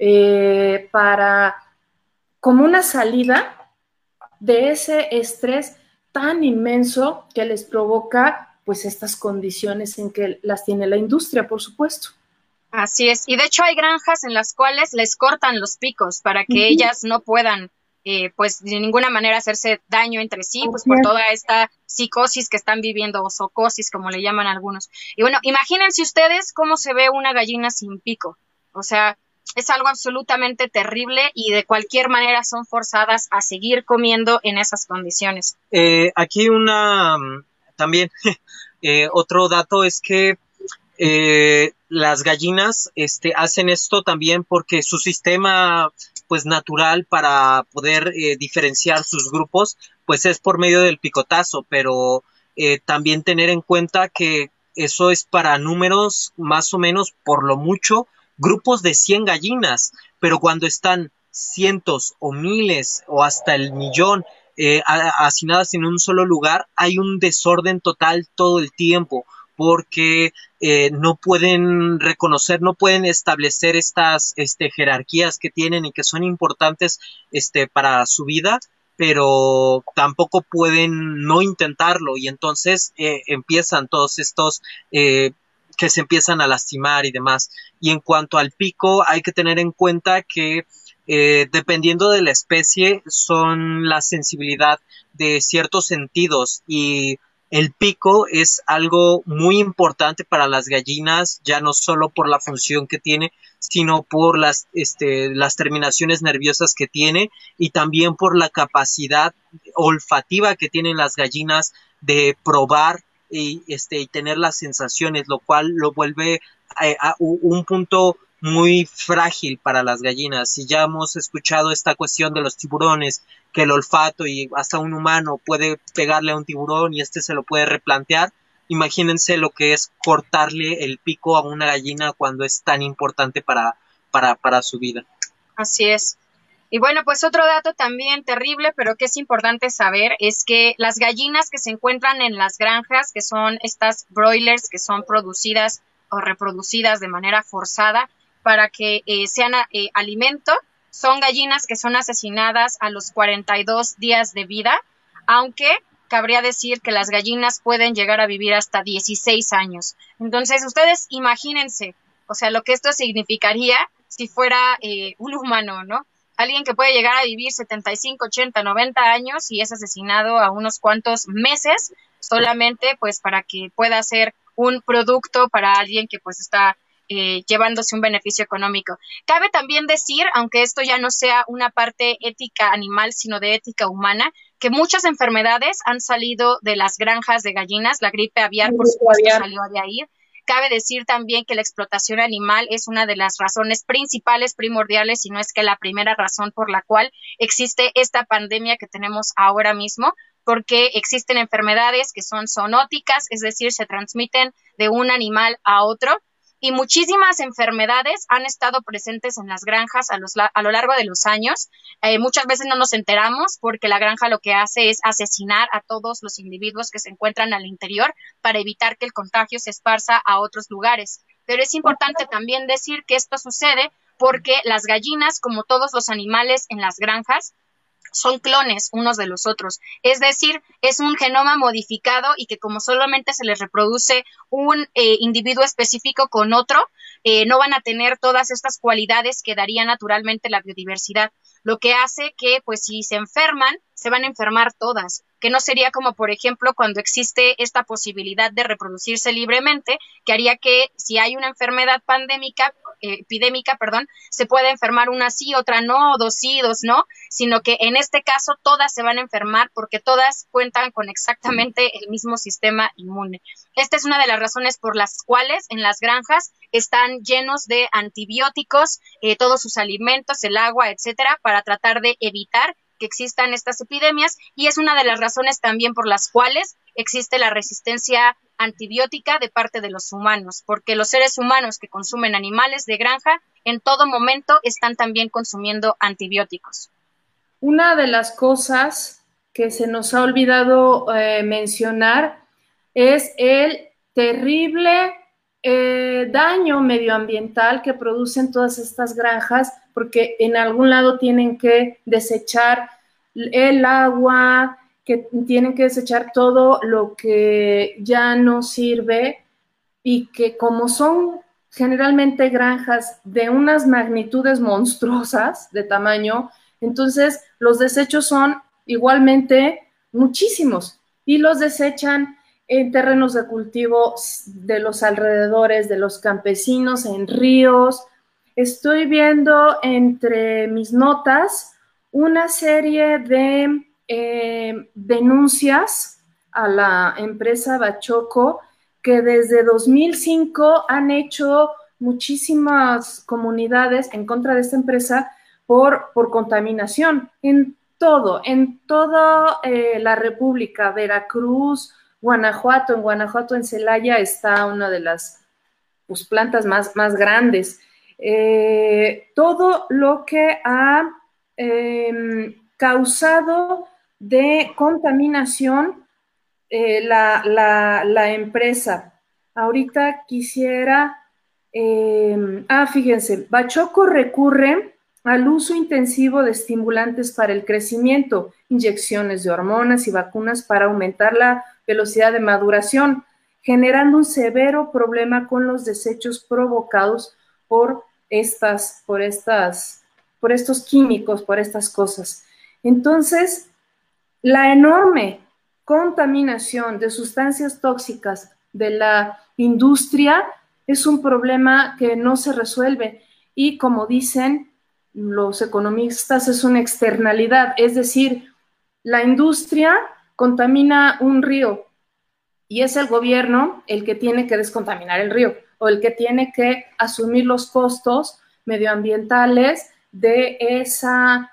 como una salida de ese estrés tan inmenso que les provoca pues estas condiciones en que las tiene la industria, por supuesto. Así es, y de hecho hay granjas en las cuales les cortan los picos para que ellas no puedan pues de ninguna manera hacerse daño entre sí, pues por toda esta psicosis que están viviendo, o socosis como le llaman algunos. Y bueno, imagínense ustedes cómo se ve una gallina sin pico. O sea, es algo absolutamente terrible y de cualquier manera son forzadas a seguir comiendo en esas condiciones. Aquí también otro dato es que las gallinas hacen esto también porque su sistema pues natural para poder diferenciar sus grupos pues es por medio del picotazo, pero también tener en cuenta que eso es para números más o menos por lo mucho grupos de 100 gallinas, pero cuando están cientos o miles o hasta el millón hacinadas en un solo lugar, hay un desorden total todo el tiempo, porque no pueden reconocer, no pueden establecer estas jerarquías que tienen y que son importantes para su vida, pero tampoco pueden no intentarlo, y entonces empiezan todos estos que se empiezan a lastimar y demás. Y en cuanto al pico, hay que tener en cuenta que dependiendo de la especie son la sensibilidad de ciertos sentidos, y el pico es algo muy importante para las gallinas, ya no solo por la función que tiene, sino por las terminaciones nerviosas que tiene, y también por la capacidad olfativa que tienen las gallinas de probar y tener las sensaciones, lo cual lo vuelve a un punto muy frágil para las gallinas. Si ya hemos escuchado esta cuestión de los tiburones, que el olfato y hasta un humano puede pegarle a un tiburón y se lo puede replantear, imagínense lo que es cortarle el pico a una gallina cuando es tan importante para su vida. Así es. Y bueno, pues otro dato también terrible, pero que es importante saber, es que las gallinas que se encuentran en las granjas, que son estas broilers, que son producidas o reproducidas de manera forzada para que sean alimento, son gallinas que son asesinadas a los 42 días de vida, aunque cabría decir que las gallinas pueden llegar a vivir hasta 16 años. Entonces, ustedes imagínense, o sea, lo que esto significaría si fuera un humano, ¿no? Alguien que puede llegar a vivir 75, 80, 90 años y es asesinado a unos cuantos meses solamente pues para que pueda ser un producto para alguien que pues está llevándose un beneficio económico. Cabe también decir, aunque esto ya no sea una parte ética animal, sino de ética humana, que muchas enfermedades han salido de las granjas de gallinas. La gripe aviar, por supuesto, salió de ahí. Cabe decir también que la explotación animal es una de las razones principales, primordiales, si no es que la primera razón por la cual existe esta pandemia que tenemos ahora mismo, porque existen enfermedades que son zoonóticas, es decir, se transmiten de un animal a otro, y muchísimas enfermedades han estado presentes en las granjas a lo largo de los años. Muchas veces no nos enteramos porque la granja lo que hace es asesinar a todos los individuos que se encuentran al interior para evitar que el contagio se esparza a otros lugares. Pero es importante también decir que esto sucede porque las gallinas, como todos los animales en las granjas, son clones unos de los otros, es decir, es un genoma modificado y que como solamente se les reproduce un individuo específico con otro, no van a tener todas estas cualidades que daría naturalmente la biodiversidad, lo que hace que pues si se enferman, se van a enfermar todas, que no sería como por ejemplo cuando existe esta posibilidad de reproducirse libremente, que haría que si hay una enfermedad epidémica, se puede enfermar una sí, otra no, dos sí, dos no, sino que en este caso todas se van a enfermar porque todas cuentan con exactamente el mismo sistema inmune. Esta es una de las razones por las cuales en las granjas están llenos de antibióticos, todos sus alimentos, el agua, etcétera, para tratar de evitar que existan estas epidemias, y es una de las razones también por las cuales existe la resistencia antibiótica de parte de los humanos, porque los seres humanos que consumen animales de granja en todo momento están también consumiendo antibióticos. Una de las cosas que se nos ha olvidado mencionar es el terrible daño medioambiental que producen todas estas granjas, porque en algún lado tienen que desechar el agua, que tienen que desechar todo lo que ya no sirve, y que como son generalmente granjas de unas magnitudes monstruosas de tamaño, entonces los desechos son igualmente muchísimos y los desechan en terrenos de cultivo de los alrededores, de los campesinos, en ríos. Estoy viendo entre mis notas una serie de denuncias a la empresa Bachoco, que desde 2005 han hecho muchísimas comunidades en contra de esta empresa por contaminación en toda la República, Veracruz, Guanajuato. En Guanajuato, en Celaya, está una de las plantas más grandes. Todo lo que ha causado de contaminación la empresa. Ahorita quisiera, fíjense, Bachoco recurre al uso intensivo de estimulantes para el crecimiento, inyecciones de hormonas y vacunas para aumentar la velocidad de maduración, generando un severo problema con los desechos provocados por estos químicos, por estas cosas. Entonces, la enorme contaminación de sustancias tóxicas de la industria es un problema que no se resuelve y, como dicen los economistas, es una externalidad, es decir, la industria contamina un río y es el gobierno el que tiene que descontaminar el río o el que tiene que asumir los costos medioambientales de esa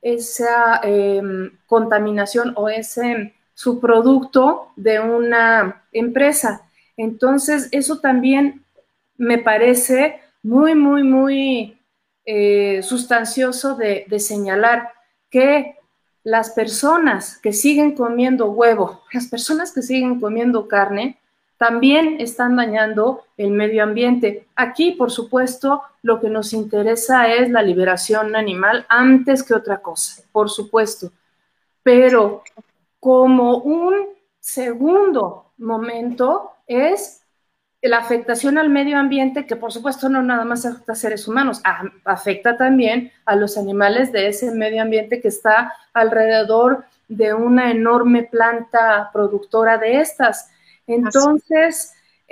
contaminación o ese subproducto de una empresa. Entonces, eso también me parece muy sustancioso de señalar, que las personas que siguen comiendo huevo, las personas que siguen comiendo carne, también están dañando el medio ambiente. Aquí, por supuesto, lo que nos interesa es la liberación animal antes que otra cosa, por supuesto. Pero como un segundo momento es la afectación al medio ambiente, que por supuesto no nada más afecta a seres humanos, afecta también a los animales de ese medio ambiente que está alrededor de una enorme planta productora de estas. Entonces,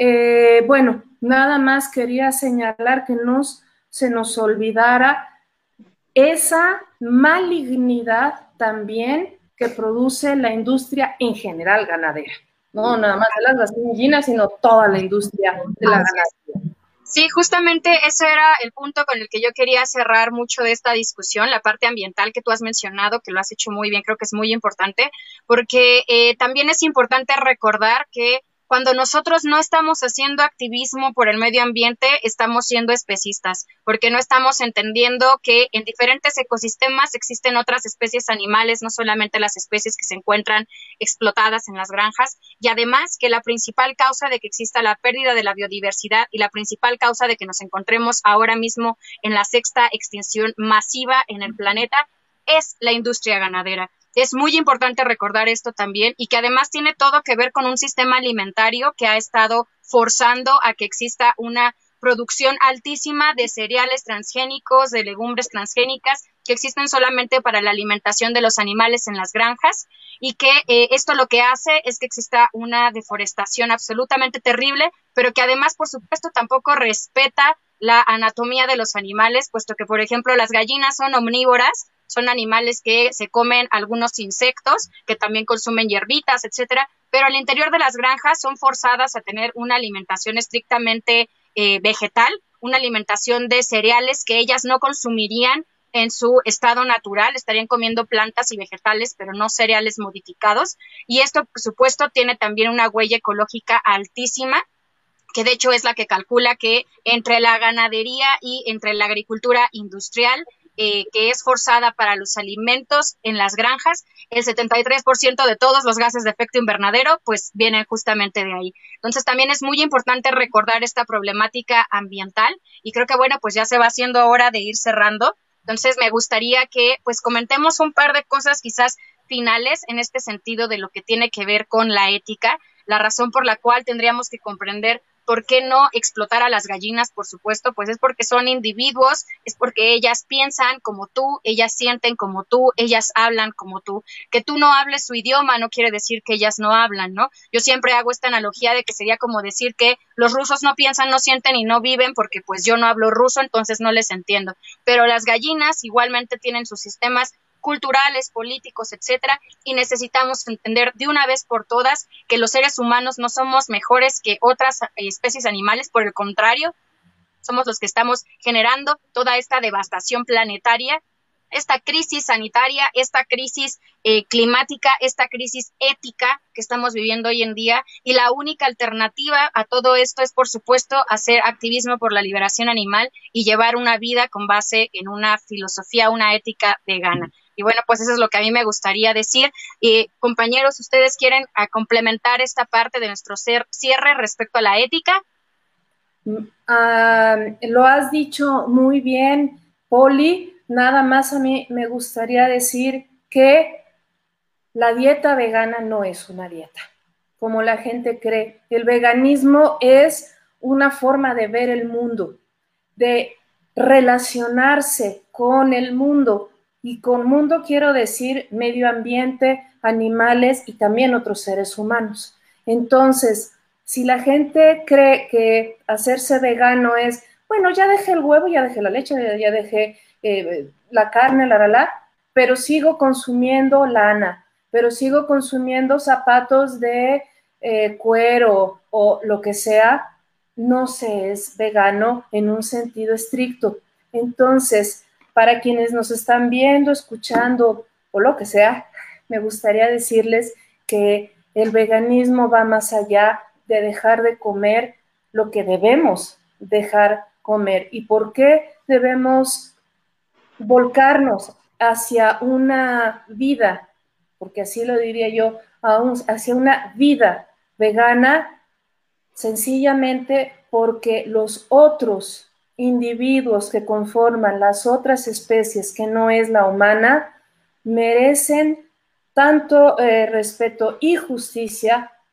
bueno, nada más quería señalar que no se nos olvidara esa malignidad también que produce la industria en general ganadera. No nada más de las gallinas, sino toda la industria de la ganadería. Sí, justamente ese era el punto con el que yo quería cerrar mucho de esta discusión, la parte ambiental que tú has mencionado, que lo has hecho muy bien, creo que es muy importante, porque también es importante recordar que cuando nosotros no estamos haciendo activismo por el medio ambiente, estamos siendo especistas, porque no estamos entendiendo que en diferentes ecosistemas existen otras especies animales, no solamente las especies que se encuentran explotadas en las granjas, y además que la principal causa de que exista la pérdida de la biodiversidad y la principal causa de que nos encontremos ahora mismo en la sexta extinción masiva en el planeta es la industria ganadera. Es muy importante recordar esto también y que además tiene todo que ver con un sistema alimentario que ha estado forzando a que exista una producción altísima de cereales transgénicos, de legumbres transgénicas que existen solamente para la alimentación de los animales en las granjas y que esto lo que hace es que exista una deforestación absolutamente terrible, pero que además, por supuesto, tampoco respeta la anatomía de los animales, puesto que, por ejemplo, las gallinas son omnívoras, son animales que se comen algunos insectos, que también consumen hierbitas, etcétera, pero al interior de las granjas son forzadas a tener una alimentación estrictamente vegetal, una alimentación de cereales que ellas no consumirían en su estado natural, estarían comiendo plantas y vegetales, pero no cereales modificados, y esto, por supuesto, tiene también una huella ecológica altísima, que de hecho es la que calcula que entre la ganadería y entre la agricultura industrial, que es forzada para los alimentos en las granjas, el 73% de todos los gases de efecto invernadero pues vienen justamente de ahí. Entonces también es muy importante recordar esta problemática ambiental y creo que bueno, pues ya se va haciendo hora de ir cerrando. Entonces me gustaría que pues comentemos un par de cosas quizás finales en este sentido de lo que tiene que ver con la ética, la razón por la cual tendríamos que comprender ¿por qué no explotar a las gallinas? Por supuesto, pues es porque son individuos, es porque ellas piensan como tú, ellas sienten como tú, ellas hablan como tú. Que tú no hables su idioma no quiere decir que ellas no hablan, ¿no? Yo siempre hago esta analogía de que sería como decir que los rusos no piensan, no sienten y no viven porque pues yo no hablo ruso, entonces no les entiendo. Pero las gallinas igualmente tienen sus sistemas culturales, políticos, etcétera, y necesitamos entender de una vez por todas que los seres humanos no somos mejores que otras especies animales, por el contrario, somos los que estamos generando toda esta devastación planetaria, esta crisis sanitaria, esta crisis climática, esta crisis ética que estamos viviendo hoy en día, y la única alternativa a todo esto es, por supuesto, hacer activismo por la liberación animal y llevar una vida con base en una filosofía, una ética vegana. Y bueno, pues eso es lo que a mí me gustaría decir. Compañeros, ¿ustedes quieren complementar esta parte de nuestro cierre respecto a la ética? Lo has dicho muy bien, Poli. Nada más a mí me gustaría decir que la dieta vegana no es una dieta, como la gente cree. El veganismo es una forma de ver el mundo, de relacionarse con el mundo. Y con mundo quiero decir medio ambiente, animales y también otros seres humanos. Entonces, si la gente cree que hacerse vegano es, bueno, ya dejé el huevo, ya dejé la leche, ya dejé la carne, pero sigo consumiendo lana, pero sigo consumiendo zapatos de cuero o lo que sea, no se es vegano en un sentido estricto. Entonces, para quienes nos están viendo, escuchando o lo que sea, me gustaría decirles que el veganismo va más allá de dejar de comer lo que debemos dejar comer. ¿Y por qué debemos volcarnos hacia una vida, porque así lo diría yo, hacia una vida vegana? Sencillamente porque los otros individuos que conforman las otras especies que no es la humana merecen tanto respeto y justicia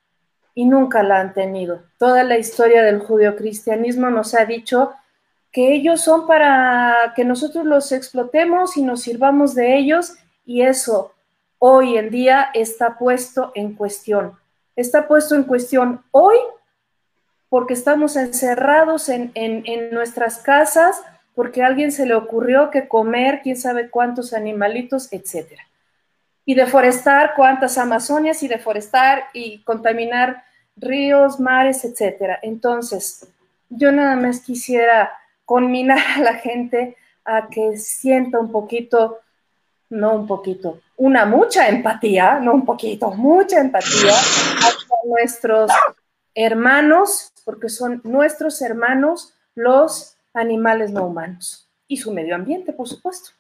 y nunca la han tenido. Toda la historia del judeocristianismo nos ha dicho que ellos son para que nosotros los explotemos y nos sirvamos de ellos, y eso hoy en día está puesto en cuestión. Está puesto en cuestión hoy porque estamos encerrados en nuestras casas, porque a alguien se le ocurrió que comer quién sabe cuántos animalitos, etcétera. Y deforestar cuántas Amazonias, y deforestar y contaminar ríos, mares, etcétera. Entonces, yo nada más quisiera conminar a la gente a que sienta un poquito, no un poquito, una mucha empatía, no un poquito, mucha empatía hacia nuestros hermanos, porque son nuestros hermanos los animales no humanos y su medio ambiente, por supuesto.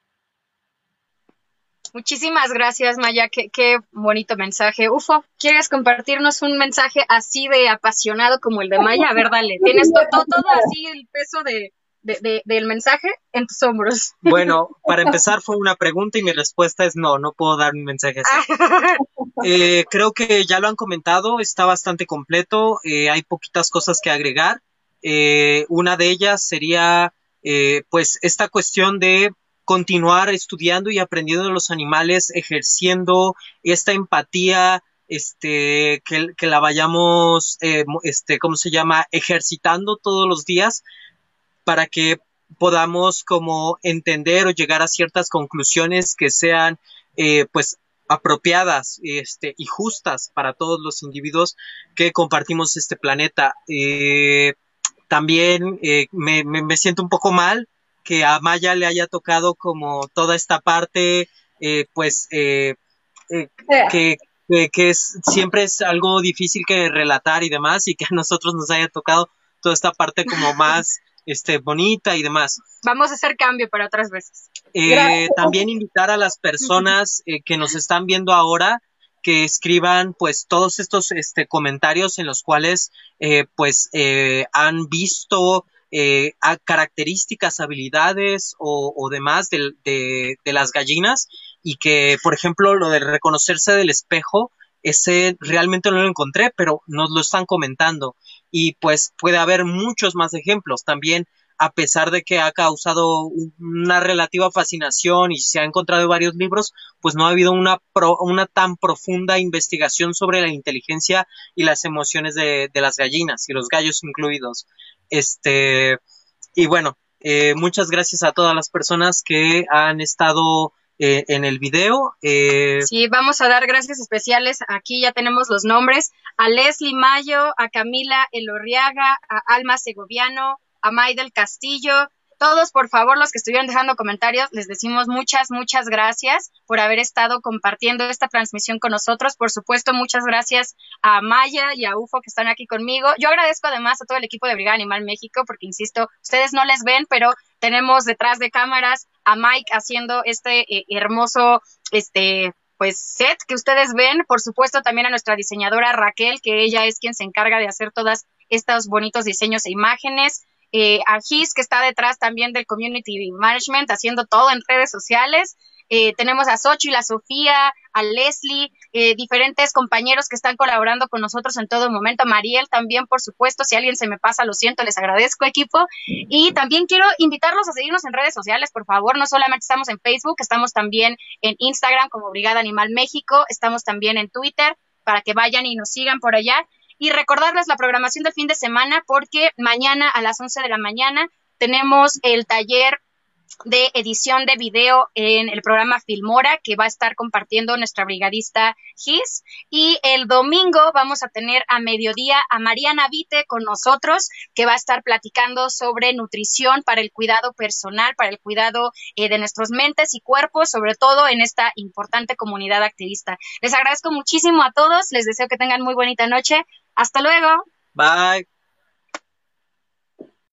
Muchísimas gracias, Maya. Qué bonito mensaje. Ufo, ¿quieres compartirnos un mensaje así de apasionado como el de Maya? A ver, dale. Tienes todo así el peso del mensaje en tus hombros. Bueno, para empezar fue una pregunta y mi respuesta es no puedo dar un mensaje así. Creo que ya lo han comentado, está bastante completo, hay poquitas cosas que agregar. Una de ellas sería pues esta cuestión de continuar estudiando y aprendiendo de los animales, ejerciendo esta empatía, que la vayamos, ¿cómo se llama? Ejercitando todos los días para que podamos como entender o llegar a ciertas conclusiones que sean, pues, apropiadas, y justas para todos los individuos que compartimos este planeta. También me siento un poco mal que a Maya le haya tocado como toda esta parte, que siempre es algo difícil que relatar y demás, y que a nosotros nos haya tocado toda esta parte como más bonita y demás. Vamos a hacer cambio para otras veces. También invitar a las personas que nos están viendo ahora que escriban pues todos estos comentarios en los cuales han visto características, habilidades o demás de las gallinas, y que, por ejemplo, lo de reconocerse del espejo, ese realmente no lo encontré, pero nos lo están comentando, y pues puede haber muchos más ejemplos también. A pesar de que ha causado una relativa fascinación y se ha encontrado en varios libros, pues no ha habido una tan profunda investigación sobre la inteligencia y las emociones de las gallinas, y los gallos incluidos. Y bueno, muchas gracias a todas las personas que han estado en el video. Sí, vamos a dar gracias especiales. Aquí ya tenemos los nombres: a Leslie Mayo, a Camila Elorriaga, a Alma Segoviano, a Maidel Castillo. Todos, por favor, los que estuvieron dejando comentarios, les decimos muchas gracias por haber estado compartiendo esta transmisión con nosotros. Por supuesto, muchas gracias a Maya y a Ufo, que están aquí conmigo. Yo agradezco además a todo el equipo de Brigada Animal México, porque, insisto, ustedes no les ven, pero tenemos detrás de cámaras a Mike haciendo este hermoso pues set que ustedes ven. Por supuesto, también a nuestra diseñadora Raquel, que ella es quien se encarga de hacer todos estos bonitos diseños e imágenes. A Gis, que está detrás también del Community Management, haciendo todo en redes sociales. Tenemos a Xochitl, a Sofía, a Leslie, diferentes compañeros que están colaborando con nosotros en todo momento. Mariel también, por supuesto. Si alguien se me pasa, lo siento, les agradezco, equipo. Y también quiero invitarlos a seguirnos en redes sociales, por favor. No solamente estamos en Facebook, estamos también en Instagram como Brigada Animal México, estamos también en Twitter, para que vayan y nos sigan por allá. Y recordarles la programación del fin de semana, porque mañana a las 11 de la mañana tenemos el taller de edición de video en el programa Filmora, que va a estar compartiendo nuestra brigadista Gis. Y el domingo vamos a tener a mediodía a Mariana Vite con nosotros, que va a estar platicando sobre nutrición para el cuidado personal, para el cuidado de nuestras mentes y cuerpos, sobre todo en esta importante comunidad activista. Les agradezco muchísimo a todos, les deseo que tengan muy bonita noche. Hasta luego. Bye.